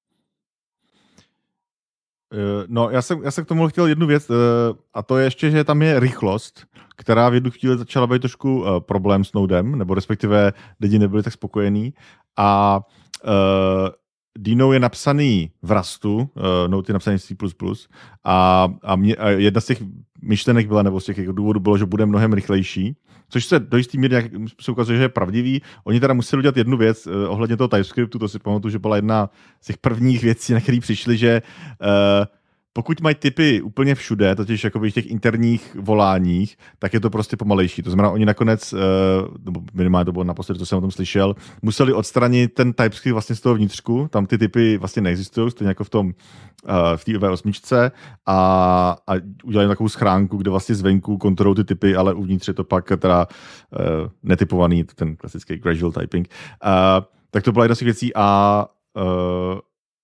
No, já jsem, já jsem k tomu chtěl jednu věc, a to je ještě, že tam je rychlost, která v jednu chvíli začala být trošku problém s Nodem, nebo respektive lidi nebyli tak spokojení. A uh, Dino je napsaný v Rustu, uh, Node je napsaný v C plus plus, a, a, mě, a jedna z těch myšlenek byla, nebo z těch důvodů bylo, že bude mnohem rychlejší, což se do jistý míry se ukazuje, že je pravdivý. Oni teda museli udělat jednu věc uh, ohledně toho TypeScriptu, to si pamatuju, že byla jedna z těch prvních věcí, na které přišli, že uh, pokud mají typy úplně všude, totiž jakoby v těch interních voláních, tak je to prostě pomalejší. To znamená, oni nakonec, nebo minimálně to bylo naposledy, co jsem o tom slyšel, museli odstranit ten TypeScript vlastně z toho vnitřku, tam ty typy vlastně neexistují, stejně jako v tom v té V osm a, a udělali takovou schránku, kde vlastně zvenku kontrolují ty typy, ale uvnitř je to pak teda uh, netypovaný, ten klasický gradual typing. Uh, tak to byla jedna z těch věcí a uh,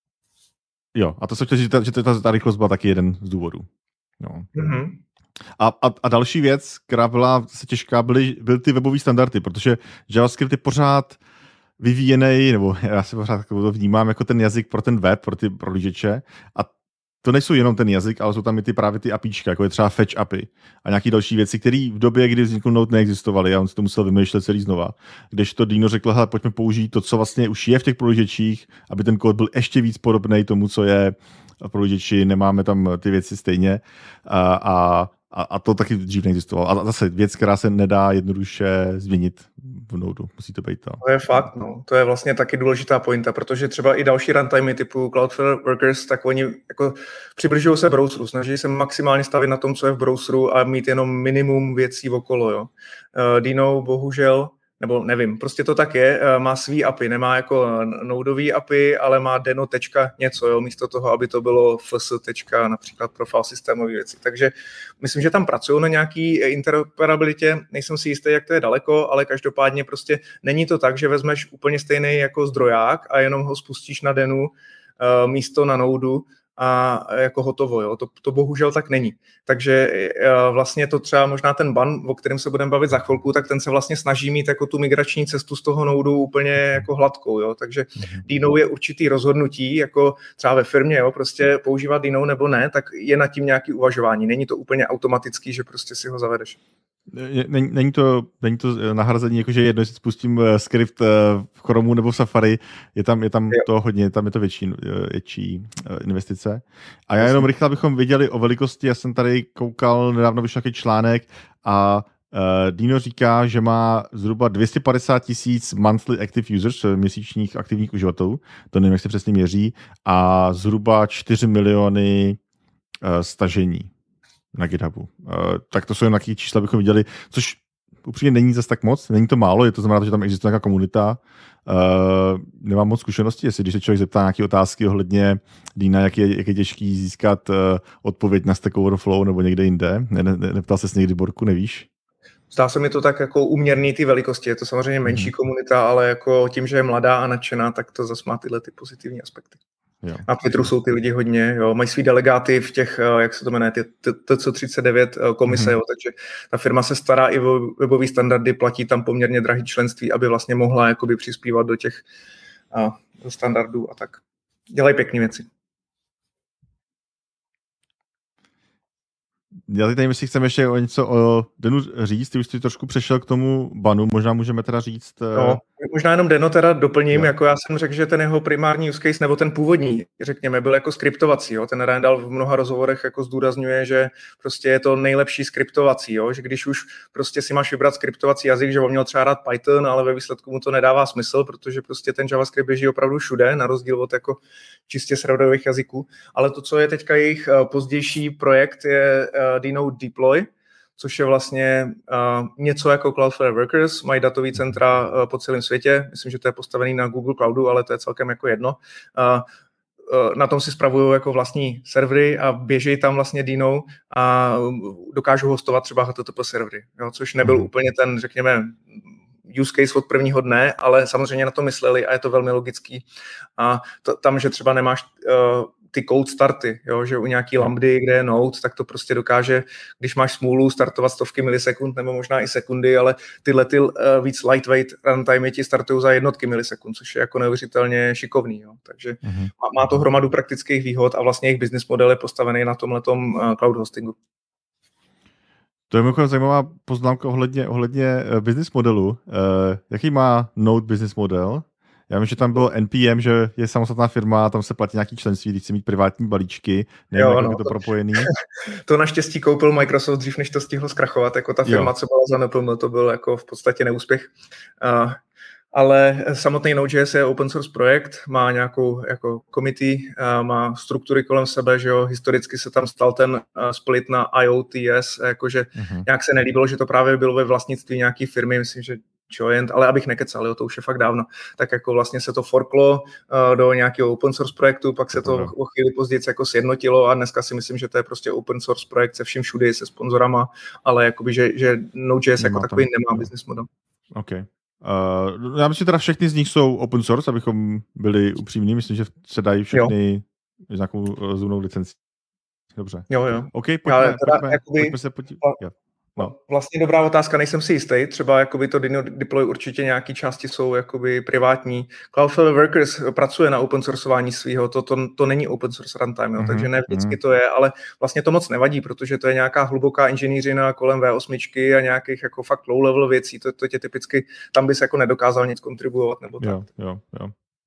jo, a to jsem chtěl říct, že ta, ta rychlost byla taky jeden z důvodů. No. Mm-hmm. A, a, a další věc, která byla se těžká, byly, byly ty webové standardy, protože JavaScript je pořád vyvíjený, nebo já se pořád to vnímám jako ten jazyk pro ten web, pro ty prohlížeče. A to nejsou jenom ten jazyk, ale jsou tam i ty právě ty apíčka, jako je třeba Fetch A P I a nějaké další věci, které v době, kdy vznikl Node, neexistovaly a on si to musel vymýšlet celý znova. Kdežto Dino řekl, hele, pojďme použít to, co vlastně už je v těch prohlížečích, aby ten kód byl ještě víc podobný tomu, co je v prohlížeči, nemáme tam ty věci stejně a, a A, a to taky dřív neexistovalo. A zase věc, která se nedá jednoduše změnit v Node. Musí to být to. To je fakt, no. To je vlastně taky důležitá pointa, protože třeba i další runtimey typu Cloudflare Workers, tak oni jako přibližují se browseru, snaží se maximálně stavit na tom, co je v browseru a mít jenom minimum věcí okolo, jo. Uh, Dino bohužel nebo nevím, prostě to tak je, má svý A P I, nemá jako nodeový A P I, ale má deno tečka něco, jo, místo toho, aby to bylo fs tečka například pro file systémové věci. Takže myslím, že tam pracují na nějaký interoperabilitě, nejsem si jistý, jak to je daleko, ale každopádně prostě není to tak, že vezmeš úplně stejný jako zdroják a jenom ho spustíš na denu uh, místo na nodu a jako hotovo, jo. To, to bohužel tak není. Takže uh, vlastně to třeba možná ten ban, o kterém se budeme bavit za chvilku, tak ten se vlastně snaží mít jako tu migrační cestu z toho nodu úplně jako hladkou, jo. Takže Dino je určitý rozhodnutí, jako třeba ve firmě, jo, prostě používat Dino nebo ne, tak je nad tím nějaký uvažování. Není to úplně automatický, že prostě si ho zavedeš. Není, není, to, není to nahrazení, jakože jedno, jestli spustím skript v Chromu nebo v Safari, je tam, je tam to hodně, tam je to větší, větší investice. A já jenom rychle, abychom viděli o velikosti, já jsem tady koukal, nedávno vyšel nějaký článek a uh, Dino říká, že má zhruba dvě stě padesát tisíc monthly active users, měsíčních aktivních uživatelů, to nevím, jak se přesně měří, a zhruba čtyři miliony uh, stažení na GitHubu. Uh, tak to jsou jen nějaké čísla, bychom viděli, což upřímně není zase tak moc, není to málo, je to znamená, že tam existuje nějaká komunita. Uh, nemám moc zkušenosti, jestli když se člověk zeptá nějaké otázky ohledně Dina, jak je, jak je těžký získat uh, odpověď na Stack Overflow nebo někde jinde. Ne, ne, neptal ses někdy, Borku, nevíš? Zdá se mi to tak jako uměrný ty velikosti. Je to samozřejmě menší hmm. komunita, ale jako tím, že je mladá a nadšená, tak to zase má tyhle ty pozitivní aspekty. Jo. Na Twitteru jsou ty lidi hodně, jo, mají svý delegáty v těch, jak se to jmenuje, T C třicet devět komise, mm-hmm. jo, takže ta firma se stará i o webové standardy, platí tam poměrně drahý členství, aby vlastně mohla jakoby přispívat do těch a, do standardů a tak. Dělají pěkné věci. Já teď nevím, jestli chceme ještě o něco o Denu říct, ty už jsi trošku přešel k tomu banu, možná můžeme teda říct... No, možná jenom Deno teda doplním, jo. Jako já jsem řekl, že ten jeho primární use case, nebo ten původní, řekněme, byl jako skriptovací, jo. Ten Randall v mnoha rozhovorech jako zdůrazňuje, že prostě je to nejlepší skriptovací, jo. Že když už prostě si máš vybrat skriptovací jazyk, že on měl třeba rád Python, ale ve výsledku mu to nedává smysl, protože prostě ten JavaScript běží opravdu všude, na rozdíl od jako čistě serverových jazyků. Ale to, co je teďka jejich pozdější projekt, je Dino Deploy, což je vlastně uh, něco jako Cloudflare Workers, mají datový centra uh, po celém světě, myslím, že to je postavený na Google Cloudu, ale to je celkem jako jedno. Uh, uh, na tom si spravují jako vlastní servery a běží tam vlastně Dino a dokážou hostovat třeba H T T P servery, jo, což nebyl mm. úplně ten, řekněme, use case od prvního dne, ale samozřejmě na to mysleli a je to velmi logický. A to, tam, že třeba nemáš uh, ty cold starty, jo, že u nějaký lambdy, kde je node, tak to prostě dokáže, když máš smůlu, startovat stovky milisekund nebo možná i sekundy, ale tyhle ty uh, víc lightweight runtime ti startují za jednotky milisekund, což je jako neuvěřitelně šikovný. Jo. Takže mm-hmm. má, má to hromadu praktických výhod a vlastně jejich business model je postavený na tomhletom uh, cloud hostingu. To je mimochodem zajímavá poznámka ohledně, ohledně business modelu. Uh, jaký má Node business model? Já vím, že tam bylo N P M, že je samostatná firma, tam se platí nějaký členství, když chce mít privátní balíčky, nevím, jo, jak no, je to, to propojený. To naštěstí koupil Microsoft dřív, než to stihlo zkrachovat, jako ta firma, jo. co byla za N P M, to byl jako v podstatě neúspěch. Uh, ale samotný Node.js je open source projekt, má nějakou jako committee, má struktury kolem sebe, že jo, historicky se tam stal ten split na I O T S, jakože uh-huh. nějak se nelíbilo, že to právě bylo ve vlastnictví nějaký firmy, myslím, že Joint, ale abych nekecal, jo, to už je fakt dávno, tak jako vlastně se to forklo uh, do nějakého open source projektu, pak se to uh-huh. o chvíli později jako sjednotilo a dneska si myslím, že to je prostě open source projekt se vším všudy, se sponzorama, ale jakoby, že, že Node.js jako takový nemá business model. Okay. Uh, já myslím, že teda všechny z nich jsou open source, abychom byli upřímní. Myslím, že se dají všechny s nějakou rozumnou licencí. Dobře. Jo, jo. OK, pojďme, pojďme, jakoby, pojďme se podívat. No. Vlastně dobrá otázka, nejsem si jistý. Třeba jakoby to Dino deploy určitě nějaké části jsou jakoby privátní. Cloudflare Workers pracuje na open sourceování svého, to, to, to není open source runtime, jo, mm-hmm. takže ne vždycky to je, ale vlastně to moc nevadí, protože to je nějaká hluboká inženýřina kolem V osm a nějakých jako fakt low level věcí, to, to tě typicky, tam bys jako nedokázal nic kontribuovat nebo tak. Jo, jo, jo.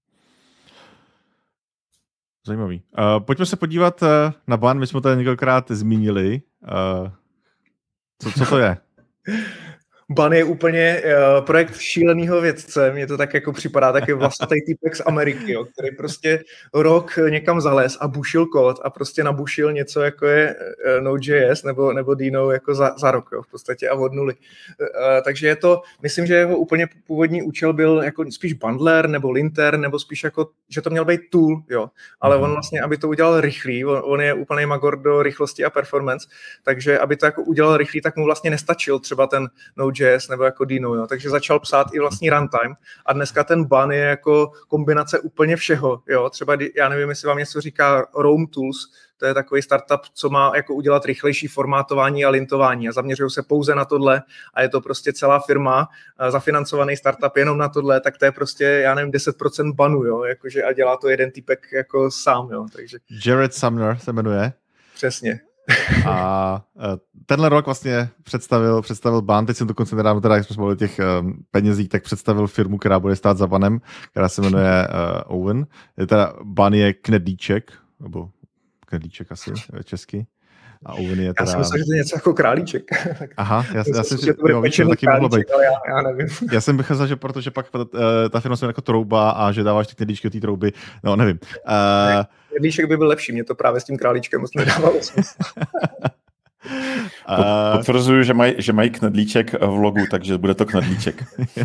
Zajímavý. Uh, pojďme se podívat uh, na ban, my jsme to několikrát zmínili. Uh, Co, co to je? Ban je úplně uh, projekt šílenýho vědce, mně to tak jako připadá, tak je vlastně tady týpek z Ameriky, jo, který prostě rok někam zalez a bušil kód a prostě nabušil něco, jako je uh, Node.js nebo, nebo Dino jako za, za rok, jo, v podstatě a od nuly. Uh, takže je to, myslím, že jeho úplně původní účel byl jako spíš bundler nebo linter, nebo spíš jako, že to měl být tool, jo, ale mm-hmm. on vlastně, aby to udělal rychlý, on, on je úplný magor do rychlosti a performance, takže aby to jako udělal rychlý, tak mu vlastně nestačil třeba ten Node.js nebo jako Dino, jo. Takže začal psát i vlastní runtime a dneska ten ban je jako kombinace úplně všeho, jo. Třeba, já nevím, jestli vám něco říká Roam Tools, to je takový startup, co má jako udělat rychlejší formátování a lintování a zaměřují se pouze na tohle a je to prostě celá firma, zafinancovaný startup jenom na tohle, tak to je prostě, já nevím, deset procent banu, jo, jakože a dělá to jeden týpek jako sám, jo, takže. Jared Sumner se jmenuje. Přesně. A tenhle rok vlastně představil, představil ban, teď jsem dokonce nedávno, teda, jak jsme mluvili o těch um, penězích, tak představil firmu, která bude stát za banem, která se jmenuje uh, Owen. Je teda, ban je knedlíček, nebo knedlíček asi česky. A Owen je teda... Já si myslím, že to je něco jako králíček. Aha, já, já jsem si, že to jo, víš, taky mohlo být. Ale já, já nevím. Já jsem vycházel, že protože pak ta, ta firma se jako trouba a že dáváš ty knedlíčky do té trouby, no nevím. Uh, knedlíček by byl lepší, mě to právě s tím králíčkem moc nedávalo smysl. Potvrzuju, že mají že maj knedlíček v logu, takže bude to knedlíček.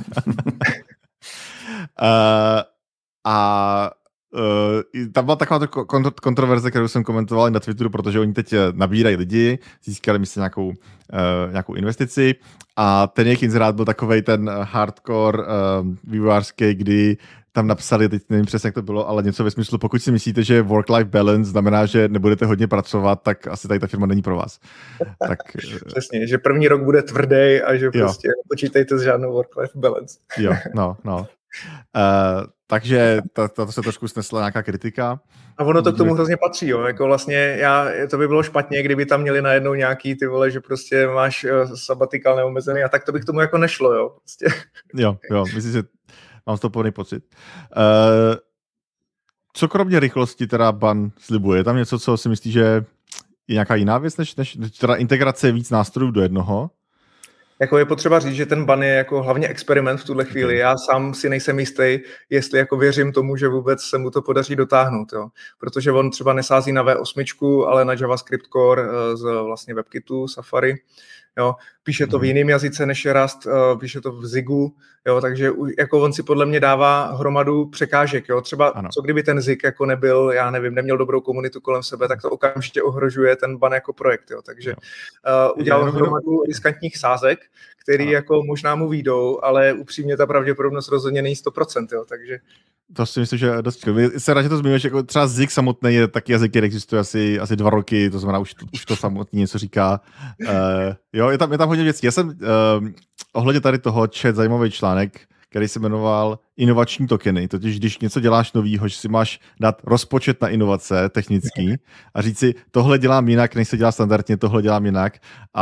uh, a Uh, tam byla taková kont- kontroverze, kterou jsem komentoval na Twitteru, protože oni teď nabírají lidi, získali myslím nějakou, uh, nějakou investici a ten jejich inzerát byl takovej ten hardcore uh, vývojářský, kdy tam napsali, teď nevím přesně, jak to bylo, ale něco ve smyslu, pokud si myslíte, že work-life balance znamená, že nebudete hodně pracovat, tak asi tady ta firma není pro vás. Tak, přesně, že první rok bude tvrdý a že jo. Prostě počítejte s žádnou work-life balance. Jo, no, no. Uh, takže to, to se trošku snesla nějaká kritika. A ono to k tomu hrozně patří, jo. Jako vlastně já, to by bylo špatně, kdyby tam měli najednou nějaký ty vole, že prostě máš uh, sabatikál neomezený a tak to by k tomu jako nešlo, jo. Prostě. Jo, jo, myslím, že mám z toho plný pocit. Uh, co kromě rychlosti teda ban slibuje? Je tam něco, co si myslí, že je nějaká jiná věc, než, než teda integrace víc nástrojů do jednoho? Jako je potřeba říct, že ten ban je jako hlavně experiment v tuhle chvíli. Já sám si nejsem jistý, jestli jako věřím tomu, že vůbec se mu to podaří dotáhnout, jo. Protože on třeba nesází na V osm, ale na JavaScript Core z vlastně WebKitu, Safari. Jo, píše to v jiném jazyce než je Rust, uh, píše to v Zigu, jo, takže jako on si podle mě dává hromadu překážek, jo, třeba ano. Co kdyby ten Zig jako nebyl, já nevím, neměl dobrou komunitu kolem sebe, tak to okamžitě ohrožuje ten ban jako projekt, jo, takže uh, udělal já, hromadu riskantních sázek, který ano. jako možná mu výjdou, ale upřímně ta pravděpodobnost rozhodně není sto procent, jo, takže to si myslím, že je dost čekal. Se rád, že to zmiňuješ, jako třeba Zig samotný je taky jazyk, který existuje asi, asi dva roky, to znamená, už, už to samotný něco říká. Uh, jo, je tam, je tam hodně věcí. Já jsem uh, ohledně tady toho čet zajímavý článek, který se jmenoval Inovační tokeny. Totiž, když něco děláš novýho, že si máš dát rozpočet na inovace technický a říct si, tohle dělám jinak, než se dělá standardně, tohle dělám jinak. A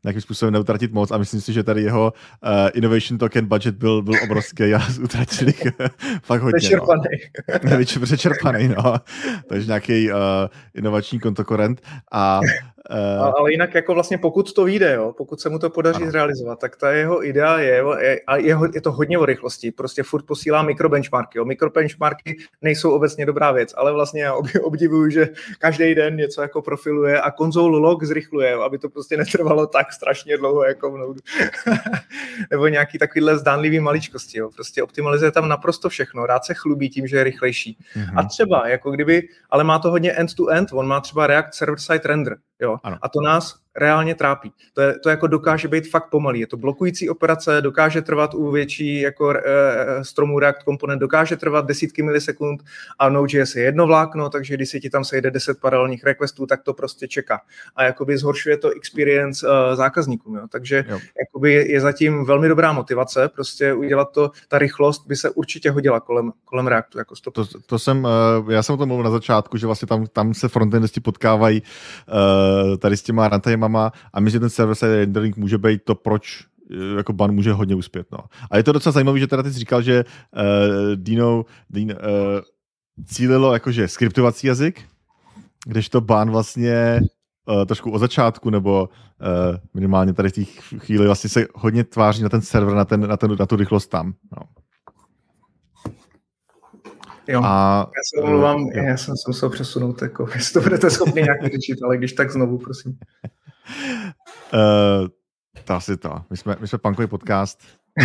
nějakým způsobem neutratit moc a myslím si, že tady jeho uh, innovation token budget byl, byl obrovský a utratili fakt hodně. Přečerpaný. No. Přečerpaný, no. Takže nějaký uh, inovační kontokorent a Uh, ale jinak jako vlastně pokud to vyjde, jo, pokud se mu to podaří ano. zrealizovat, tak ta jeho idea je, je a jeho, je to hodně o rychlosti, prostě furt posílá mikrobenchmarky. Jo. Mikrobenchmarky nejsou obecně dobrá věc, ale vlastně já obdivuju, že každý den něco jako profiluje a console log zrychluje, jo, aby to prostě netrvalo tak strašně dlouho jako v Node. Nebo nějaký takovýhle zdánlivý maličkosti. Jo. Prostě optimalizuje tam naprosto všechno, rád se chlubí tím, že je rychlejší. Mm-hmm. A třeba, jako kdyby, ale má to hodně end-to-end, on má třeba React server-side render, jo. Ano. A to nás reálně trápí. To, je, to jako dokáže být fakt pomalý. Je to blokující operace, dokáže trvat u větší jako e, stromů React komponent, dokáže trvat desítky milisekund a Node.js je jedno vlákno, takže když se ti tam sejde deset paralelních requestů, tak to prostě čeká. A jakoby zhoršuje to experience e, zákazníkům. Jo. Takže jo. Jakoby je zatím velmi dobrá motivace, prostě udělat to, ta rychlost by se určitě hodila kolem, kolem Reactu. Jako to, to jsem, já jsem o tom mluvil na začátku, že vlastně tam, tam se frontendisti potkávají uh, tady s těma runtime a myslím, že ten server-side rendering může být to, proč jako ban může hodně uspět. No. A je to docela zajímavé, že teda ty jsi říkal, že uh, Dino, Dino uh, cílilo jakože skriptovací jazyk, kdežto ban vlastně uh, trošku od začátku, nebo uh, minimálně tady v té chvíli vlastně se hodně tváří na ten server, na, ten, na, ten, na tu rychlost tam. No. Jo, a, já se omlouvám, uh, já jsem se musel přesunout, jako, jestli to budete schopni nějak vyřešit, ale když tak znovu, prosím. Uh, to asi to. My jsme, my jsme punkový podcast.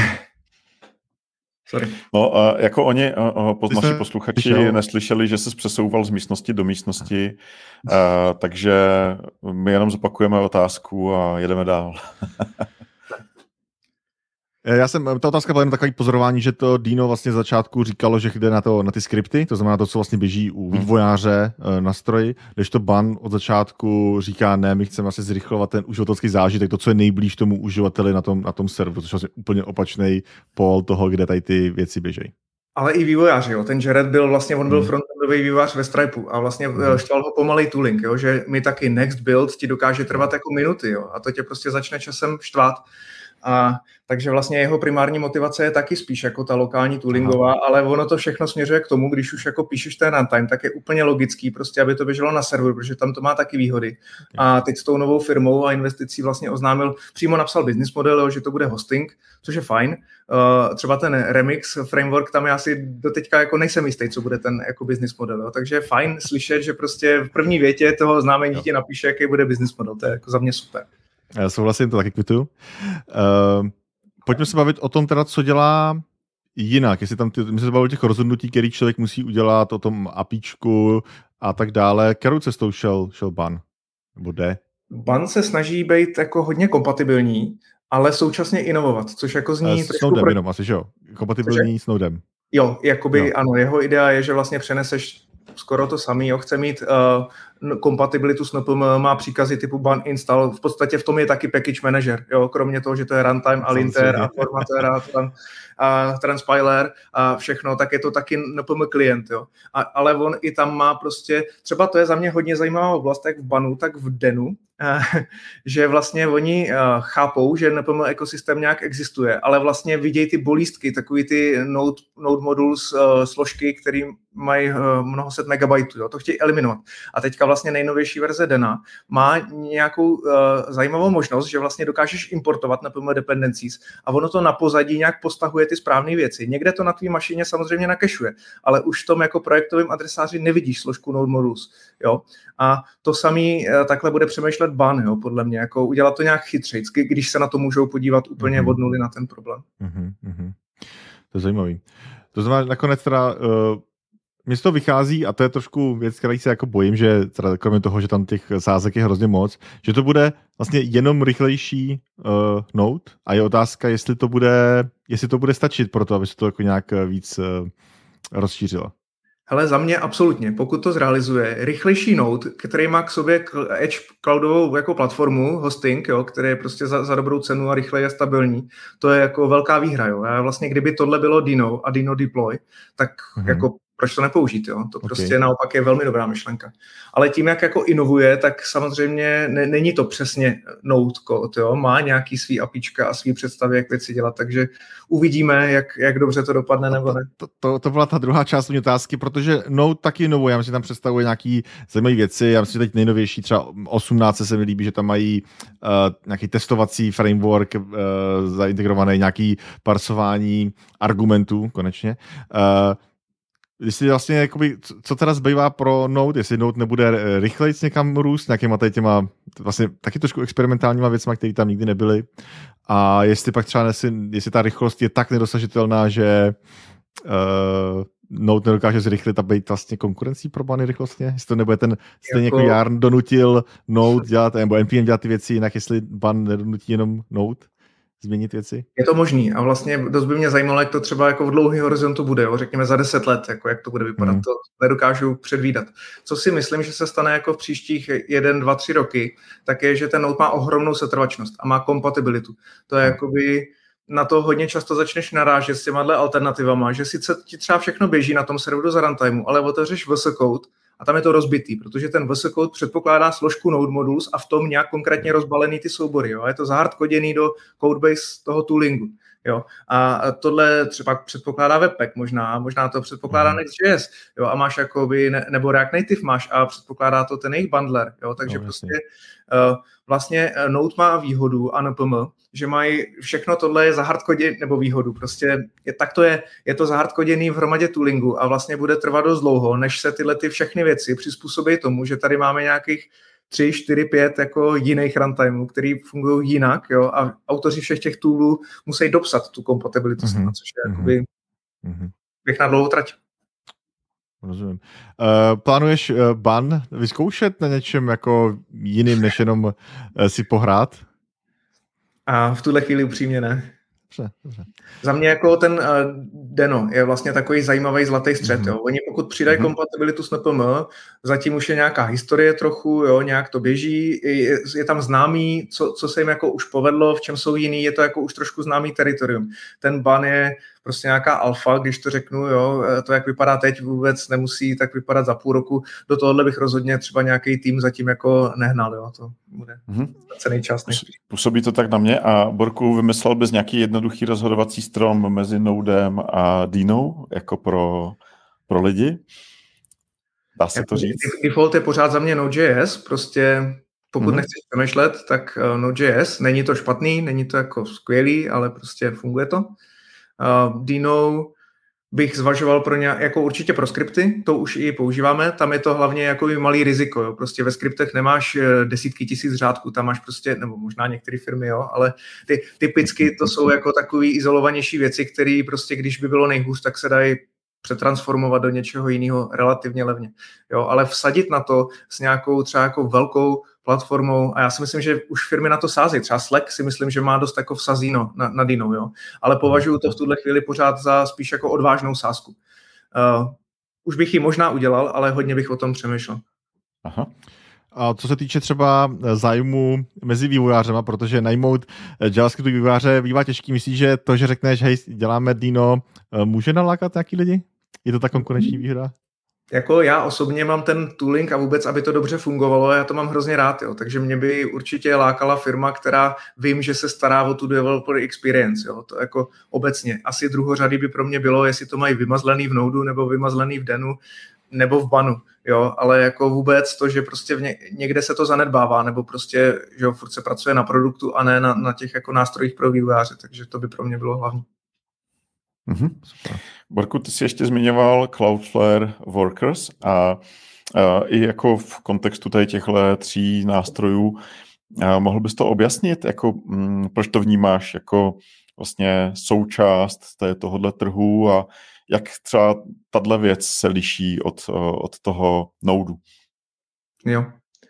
Sorry. No, uh, jako oni, uh, uh, naši posluchači slyšel? neslyšeli, že se přesouval z místnosti do místnosti, uh, takže my jenom zopakujeme otázku a jedeme dál. Já jsem, ta otázka byla jen takový pozorování, že to Dino vlastně z začátku říkalo, že jde na, to, na ty skripty, to znamená to, co vlastně běží u vývojáře hmm. na stroji, když to ban od začátku říká, ne, my chceme vlastně zrychlovat ten uživatelský zážitek, to, co je nejblíž tomu uživateli na tom, na tom serveru, což je vlastně úplně opačný pól toho, kde tady ty věci běžejí. Ale i vývojáři, jo. Ten Jared byl vlastně, on byl hmm. frontendový vývojář ve Stripeu a vlastně hmm. štval ho pomalej tooling, jo, že mi taky next build ti dokáže trvat jako minuty, jo, a to tě prostě začne časem štvát. A takže vlastně jeho primární motivace je taky spíš jako ta lokální toolingová, Aha. ale ono to všechno směřuje k tomu, když už jako píšeš ten runtime, tak je úplně logický prostě, aby to běželo na serveru, protože tam to má taky výhody. A teď s tou novou firmou a investicí vlastně oznámil, přímo napsal business model, že to bude hosting, což je fajn. Uh, třeba ten Remix framework, tam já si doteďka jako nejsem jistý, co bude ten jako business model. Jo. Takže je fajn slyšet, že prostě v první větě toho oznámení ti napíše, jaký bude business model. To je jako za mě super. Já souhlasím, to taky kvituju. Uh, pojďme se bavit o tom teda, co dělá jinak. Jestli tam ty, my se bavili o těch rozhodnutí, který člověk musí udělat, o tom APIčku a tak dále. Kterou cestou šel, šel ban? Nebo jde? Ban se snaží být jako hodně kompatibilní, ale současně inovovat, což jako zní... Uh, s Nodem pro... jenom asi, že jo? Kompatibilní cože? S Nodem. Jo, jakoby jo. Ano, jeho idea je, že vlastně přeneseš skoro to samý, jo, chce mít uh, kompatibilitu s N P M, má příkazy typu ban install, v podstatě v tom je taky package manager, jo, kromě toho, že to je runtime, alinter a formatér a, tran, a transpiler a všechno, tak je to taky N P M klient, jo. A, ale on i tam má prostě, třeba to je za mě hodně zajímavá oblast, jak v banu, tak v denu, že vlastně oni chápou, že N P M ekosystém nějak existuje, ale vlastně vidějí ty bolístky, takový ty node, node modules složky, které mají mnoho set megabajtů, jo, to chtějí eliminovat. A teďka vlastně nejnovější verze Dena má nějakou uh, zajímavou možnost, že vlastně dokážeš importovat N P M dependencies a ono to na pozadí nějak postahuje ty správné věci. Někde to na tvý mašině samozřejmě nakešuje, ale už v tom jako projektovém adresáři nevidíš složku node modules, jo. A to samý uh, takhle bude přemýšlet ban, jo, podle mě, jako udělat to nějak chytřejc, když se na to můžou podívat úplně mm-hmm. od nuly na ten problém. Mm-hmm. To je zajímavý. To znamená, nakonec teda uh... mně z toho vychází, a to je trošku věc, která se jako bojím, že teda kromě toho, že tam těch sázek je hrozně moc, že to bude vlastně jenom rychlejší uh, Node a je otázka, jestli to bude, jestli to bude stačit pro to, aby se to jako nějak víc uh, rozšířilo. Hele, za mě absolutně, pokud to zrealizuje, rychlejší Node, který má k sobě Edge cloudovou jako platformu, hosting, jo, který je prostě za, za dobrou cenu a rychle je stabilní, to je jako velká výhra. Jo. A vlastně kdyby tohle bylo Dino a Dino Deploy, tak mm-hmm. jako proč to nepoužít, jo? To okay. Prostě naopak je velmi dobrá myšlenka. Ale tím, jak jako inovuje, tak samozřejmě ne, není to přesně Node code, jo? Má nějaký svý apíčka a svý představy, jak věci dělat, takže uvidíme, jak, jak dobře to dopadne nebo ne. To, to, to byla ta druhá část mé otázky, protože Node taky inovuje, já myslím, že tam představuje nějaký zajímavé věci, já myslím, že teď nejnovější, třeba osmnáct se mi líbí, že tam mají uh, nějaký testovací framework uh, zaintegrovaný, nějaký parsování argumentů, konečně. Uh, Jestli vlastně, jakoby, co teda zbývá pro Node, jestli Node nebude rychleji někam růst, nějakýma tady těma vlastně taky trošku experimentálníma věcma, které tam nikdy nebyly, a jestli pak třeba nesi, jestli ta rychlost je tak nedosažitelná, že uh, Node nedokáže zrychlit a být vlastně konkurencí pro bany rychlostně, jestli to nebude ten stejně jako, jako Yarn donutil Node dělat, nebo N P M dělat ty věci, jinak jestli ban nedonutí jenom Node změnit věci? Je to možný a vlastně dost by mě zajímalo, jak to třeba jako v dlouhý horizontu bude, jo? Řekněme za deset let, jako jak to bude vypadat, hmm. to nedokážu předvídat. Co si myslím, že se stane jako v příštích jeden, dva, tři roky, tak je, že ten Node má ohromnou setrvačnost a má kompatibilitu. To je hmm. jakoby, na to hodně často začneš narážet s těma alternativama, že sice ti třeba všechno běží na tom serveru za runtimeu, ale otevřeš V S Code a tam je to rozbitý, protože ten V S Code předpokládá složku Node Modules a v tom nějak konkrétně rozbalený ty soubory. Jo? Je to zahardkoděný do codebase toho toolingu. Jo? A tohle třeba předpokládá Webpack možná, možná to předpokládá Next.js, jo? A máš jakoby, ne, nebo React Native máš a předpokládá to ten jejich bundler. Jo? Takže no, prostě uh, vlastně Node má výhodu a N P M, že mají všechno tohle je zahardkoděný, nebo výhodu, prostě je, tak to je, je to zahardkoděný v hromadě toolingu a vlastně bude trvat dost dlouho, než se tyhle ty všechny věci přizpůsobí tomu, že tady máme nějakých tři, čtyři, pět jako jiných runtimeů, který fungují jinak, jo, a autoři všech těch toolů musí dopsat tu kompatibilitu, mm-hmm. což je jakoby mm-hmm. běh na dlouhou trať. Rozumím. Uh, plánuješ uh, ban vyzkoušet na něčem jako jiným, než jenom uh, si pohrát? A v tuhle chvíli upřímně ne. Dobře, dobře. Za mě jako ten uh, Deno je vlastně takový zajímavý zlatý střed. Mm-hmm. Jo. Oni pokud přidají mm-hmm. kompatibilitu s N P M, zatím už je nějaká historie trochu, jo, nějak to běží, je, je tam známý, co, co se jim jako už povedlo, v čem jsou jiný, je to jako už trošku známý teritorium. Ten ban je prostě nějaká alfa, když to řeknu, jo, to, jak vypadá teď, vůbec nemusí tak vypadat za půl roku. Do tohohle bych rozhodně třeba nějaký tým zatím jako nehnal, jo, to bude mm-hmm. cený čas. Působí to tak na mě a Borku, vymyslel bys nějaký jednoduchý rozhodovací strom mezi Nodem a Dinou, jako pro, pro lidi? Dá se jako to říct? Default je pořád za mě Node.js, prostě pokud mm-hmm. nechceš přemýšlet, tak uh, Node.js, není to špatný, není to jako skvělý, ale prostě funguje to. Uh, Dino bych zvažoval pro ně, jako určitě pro skripty, to už i používáme, tam je to hlavně jako malý riziko, jo. Prostě ve skriptech nemáš desítky tisíc řádků, tam máš prostě, nebo možná některé firmy, jo, ale ty typicky to jsou jako takový izolovanější věci, které prostě, když by bylo nejhůř, tak se dají přetransformovat do něčeho jiného relativně levně, jo, ale vsadit na to s nějakou třeba jako velkou platformou, a já si myslím, že už firmy na to sází. Třeba Slack si myslím, že má dost jako vsazíno na, na Dino, jo. Ale považuji to v tuhle chvíli pořád za spíš jako odvážnou sázku. Uh, už bych ji možná udělal, ale hodně bych o tom přemýšlel. Aha. A co se týče třeba zájmu mezi vývojářema, protože najmout JavaScript vývojáře bývá těžký, myslíš, že to, že řekneš, hej, děláme Dino, může nalákat nějaký lidi? Je to ta konkurenční výhoda? Jako já osobně mám ten tooling a vůbec, aby to dobře fungovalo, já to mám hrozně rád, jo. Takže mě by určitě lákala firma, která vím, že se stará o tu developer experience, jo. To jako obecně. Asi druhořady by pro mě bylo, jestli to mají vymazlený v Nodeu nebo vymazlený v Denu nebo v Banu, jo. Ale jako vůbec to, že prostě v ně, někde se to zanedbává, nebo prostě, že jo, furt se pracuje na produktu a ne na, na těch jako nástrojích pro vývojáře, takže to by pro mě bylo hlavní. Mm-hmm. Borku, ty jsi ještě zmiňoval Cloudflare Workers a, a i jako v kontextu tady těchto tří nástrojů a mohl bys to objasnit, jako, m, proč to vnímáš jako vlastně součást tohohle trhu a jak třeba tato věc se liší od, od toho Nodeu? Jo.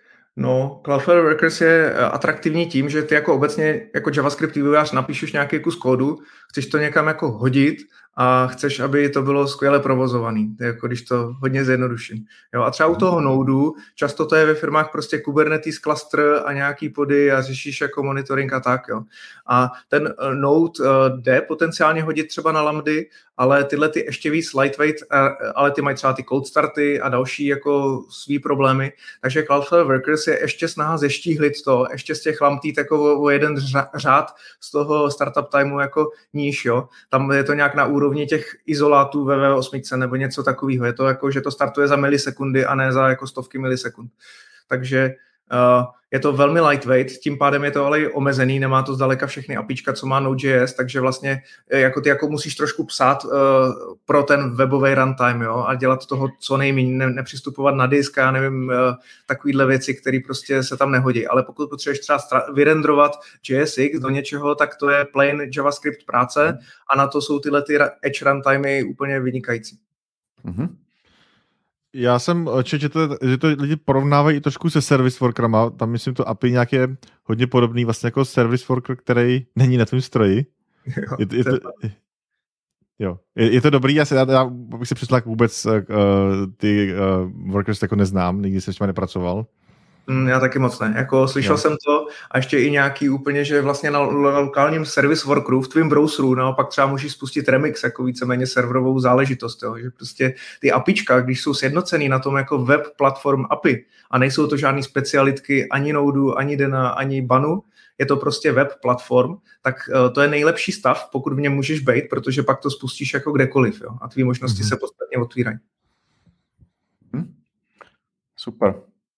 No, Cloudflare Workers je atraktivní tím, že ty jako obecně jako JavaScript vývojář napíšeš nějaký kus kódu, chceš to někam jako hodit a chceš, aby to bylo skvěle provozovaný, jako když to hodně zjednoduším. Jo, a třeba u toho Nodu, často to je ve firmách prostě Kubernetes cluster a nějaký pody a řešíš jako monitoring a tak. Jo. A ten Node jde potenciálně hodit třeba na lambdy, ale tyhle ty ještě víc lightweight, ale ty mají třeba ty cold starty a další jako svý problémy. Takže Cloudflare Workers je ještě snaha zeštíhlit to, ještě z těch lambd jako o jeden řád z toho startup timeu jako níž, jo. Tam je to nějak na úrovni těch izolátů ve V osm nebo něco takového. Je to jako, že to startuje za milisekundy a ne za jako stovky milisekund. Takže uh, je to velmi lightweight, tím pádem je to ale i omezený, nemá to zdaleka všechny apíčka, co má Node.js, takže vlastně jako ty jako musíš trošku psát uh, pro ten webový runtime, jo, a dělat toho co nejméně, ne, nepřistupovat na disk a nevím, uh, takovýhle věci, které prostě se tam nehodí. Ale pokud potřebuješ třeba stra- vyrendrovat J S X do něčeho, tak to je plain JavaScript práce a na to jsou tyhle ty edge runtimey úplně vynikající. Mm-hmm. Já jsem četl, že to, že to lidi porovnávají i trošku se service workerama. Tam myslím to A P I nějak je hodně podobný vlastně jako service worker, který není na tom stroji. Jo, je, je, to, je, jo. Je, je to dobrý, já, se, já, já bych si přišel, vůbec uh, ty uh, workers jako neznám, nikdy jsem s těma nepracoval. Já taky moc ne. Jako slyšel jo. jsem to a ještě i nějaký úplně, že vlastně na lokálním service workeru v tvým browseru, no, pak třeba můžeš spustit Remix jako víceméně serverovou záležitost, jo, že prostě ty APIčka, když jsou sjednocený na tom jako web platform A P I a nejsou to žádný specialitky ani Node, ani Dena, ani Banu, je to prostě web platform, tak uh, to je nejlepší stav, pokud v něm můžeš být, protože pak to spustíš jako kdekoliv, jo, a tvý možnosti mm-hmm. se podstatně otvírají. Hmm. Super.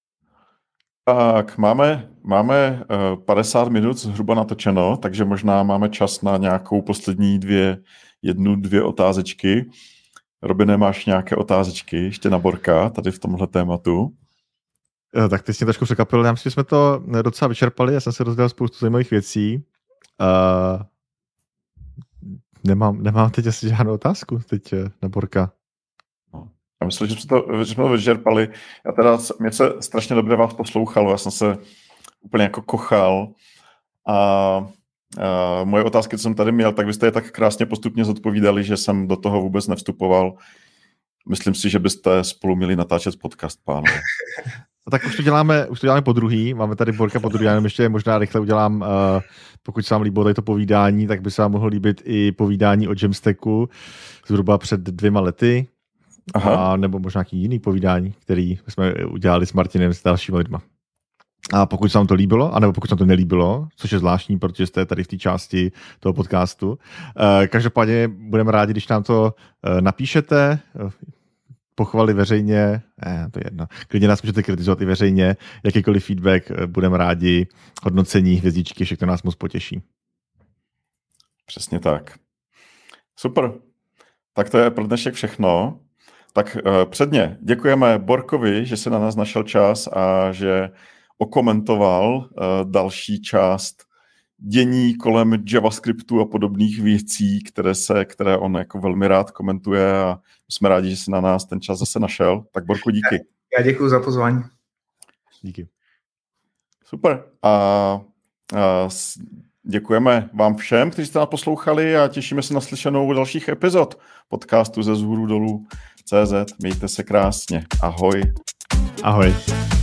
Tak, máme, máme uh, padesát minut zhruba natočeno, takže možná máme čas na nějakou poslední dvě, jednu, dvě otázečky. Robine, máš nějaké otázečky ještě na Borka tady v tomhle tématu? Tak teď jsi mě trošku překvapil. Já myslím, že jsme to docela vyčerpali. Já jsem se rozdělal spoustu zajímavých věcí. Uh, nemám, nemám teď asi žádnou otázku teď na Borka. Já myslím, že jsme to, že jsme to vyčerpali. Já teda, mě se strašně dobře vás poslouchalo, já jsem se úplně jako kochal a, a moje otázky, co jsem tady měl, tak vy jste je tak krásně postupně zodpovídali, že jsem do toho vůbec nevstupoval. Myslím si, že byste spolu měli natáčet podcast, pánové. A tak už to děláme, už to děláme po druhý, máme tady Borka po druhý, já jenom ještě možná rychle udělám, uh, pokud se vám líbilo tady to povídání, tak by se vám mohlo líbit i povídání o Jamstacku zhruba před dvěma lety. A nebo možná nějaký jiný povídání, který jsme udělali s Martinem s dalšími lidma. A pokud se vám to líbilo, anebo pokud se vám to nelíbilo, což je zvláštní, protože jste tady v té části toho podcastu, eh, každopádně budeme rádi, když nám to eh, napíšete, eh, pochvali veřejně, eh, to je jedno, klidně nás můžete kritizovat i veřejně, jakýkoliv feedback, eh, budeme rádi, hodnocení, hvězdičky, všechno nás moc potěší. Přesně tak. Super. Tak to je pro dnešek všechno. Tak uh, předně děkujeme Borkovi, že se na nás našel čas a že okomentoval uh, další část dění kolem JavaScriptu a podobných věcí, které, se, které on jako velmi rád komentuje a jsme rádi, že se na nás ten čas zase našel. Tak Borku, díky. Já děkuji za pozvání. Díky. Super. A, a děkujeme vám všem, kteří jste nás poslouchali a těšíme se na slyšenou u dalších epizod podcastu ze Zhůru dolů tečka cé zet. Mějte se krásně. Ahoj. Ahoj.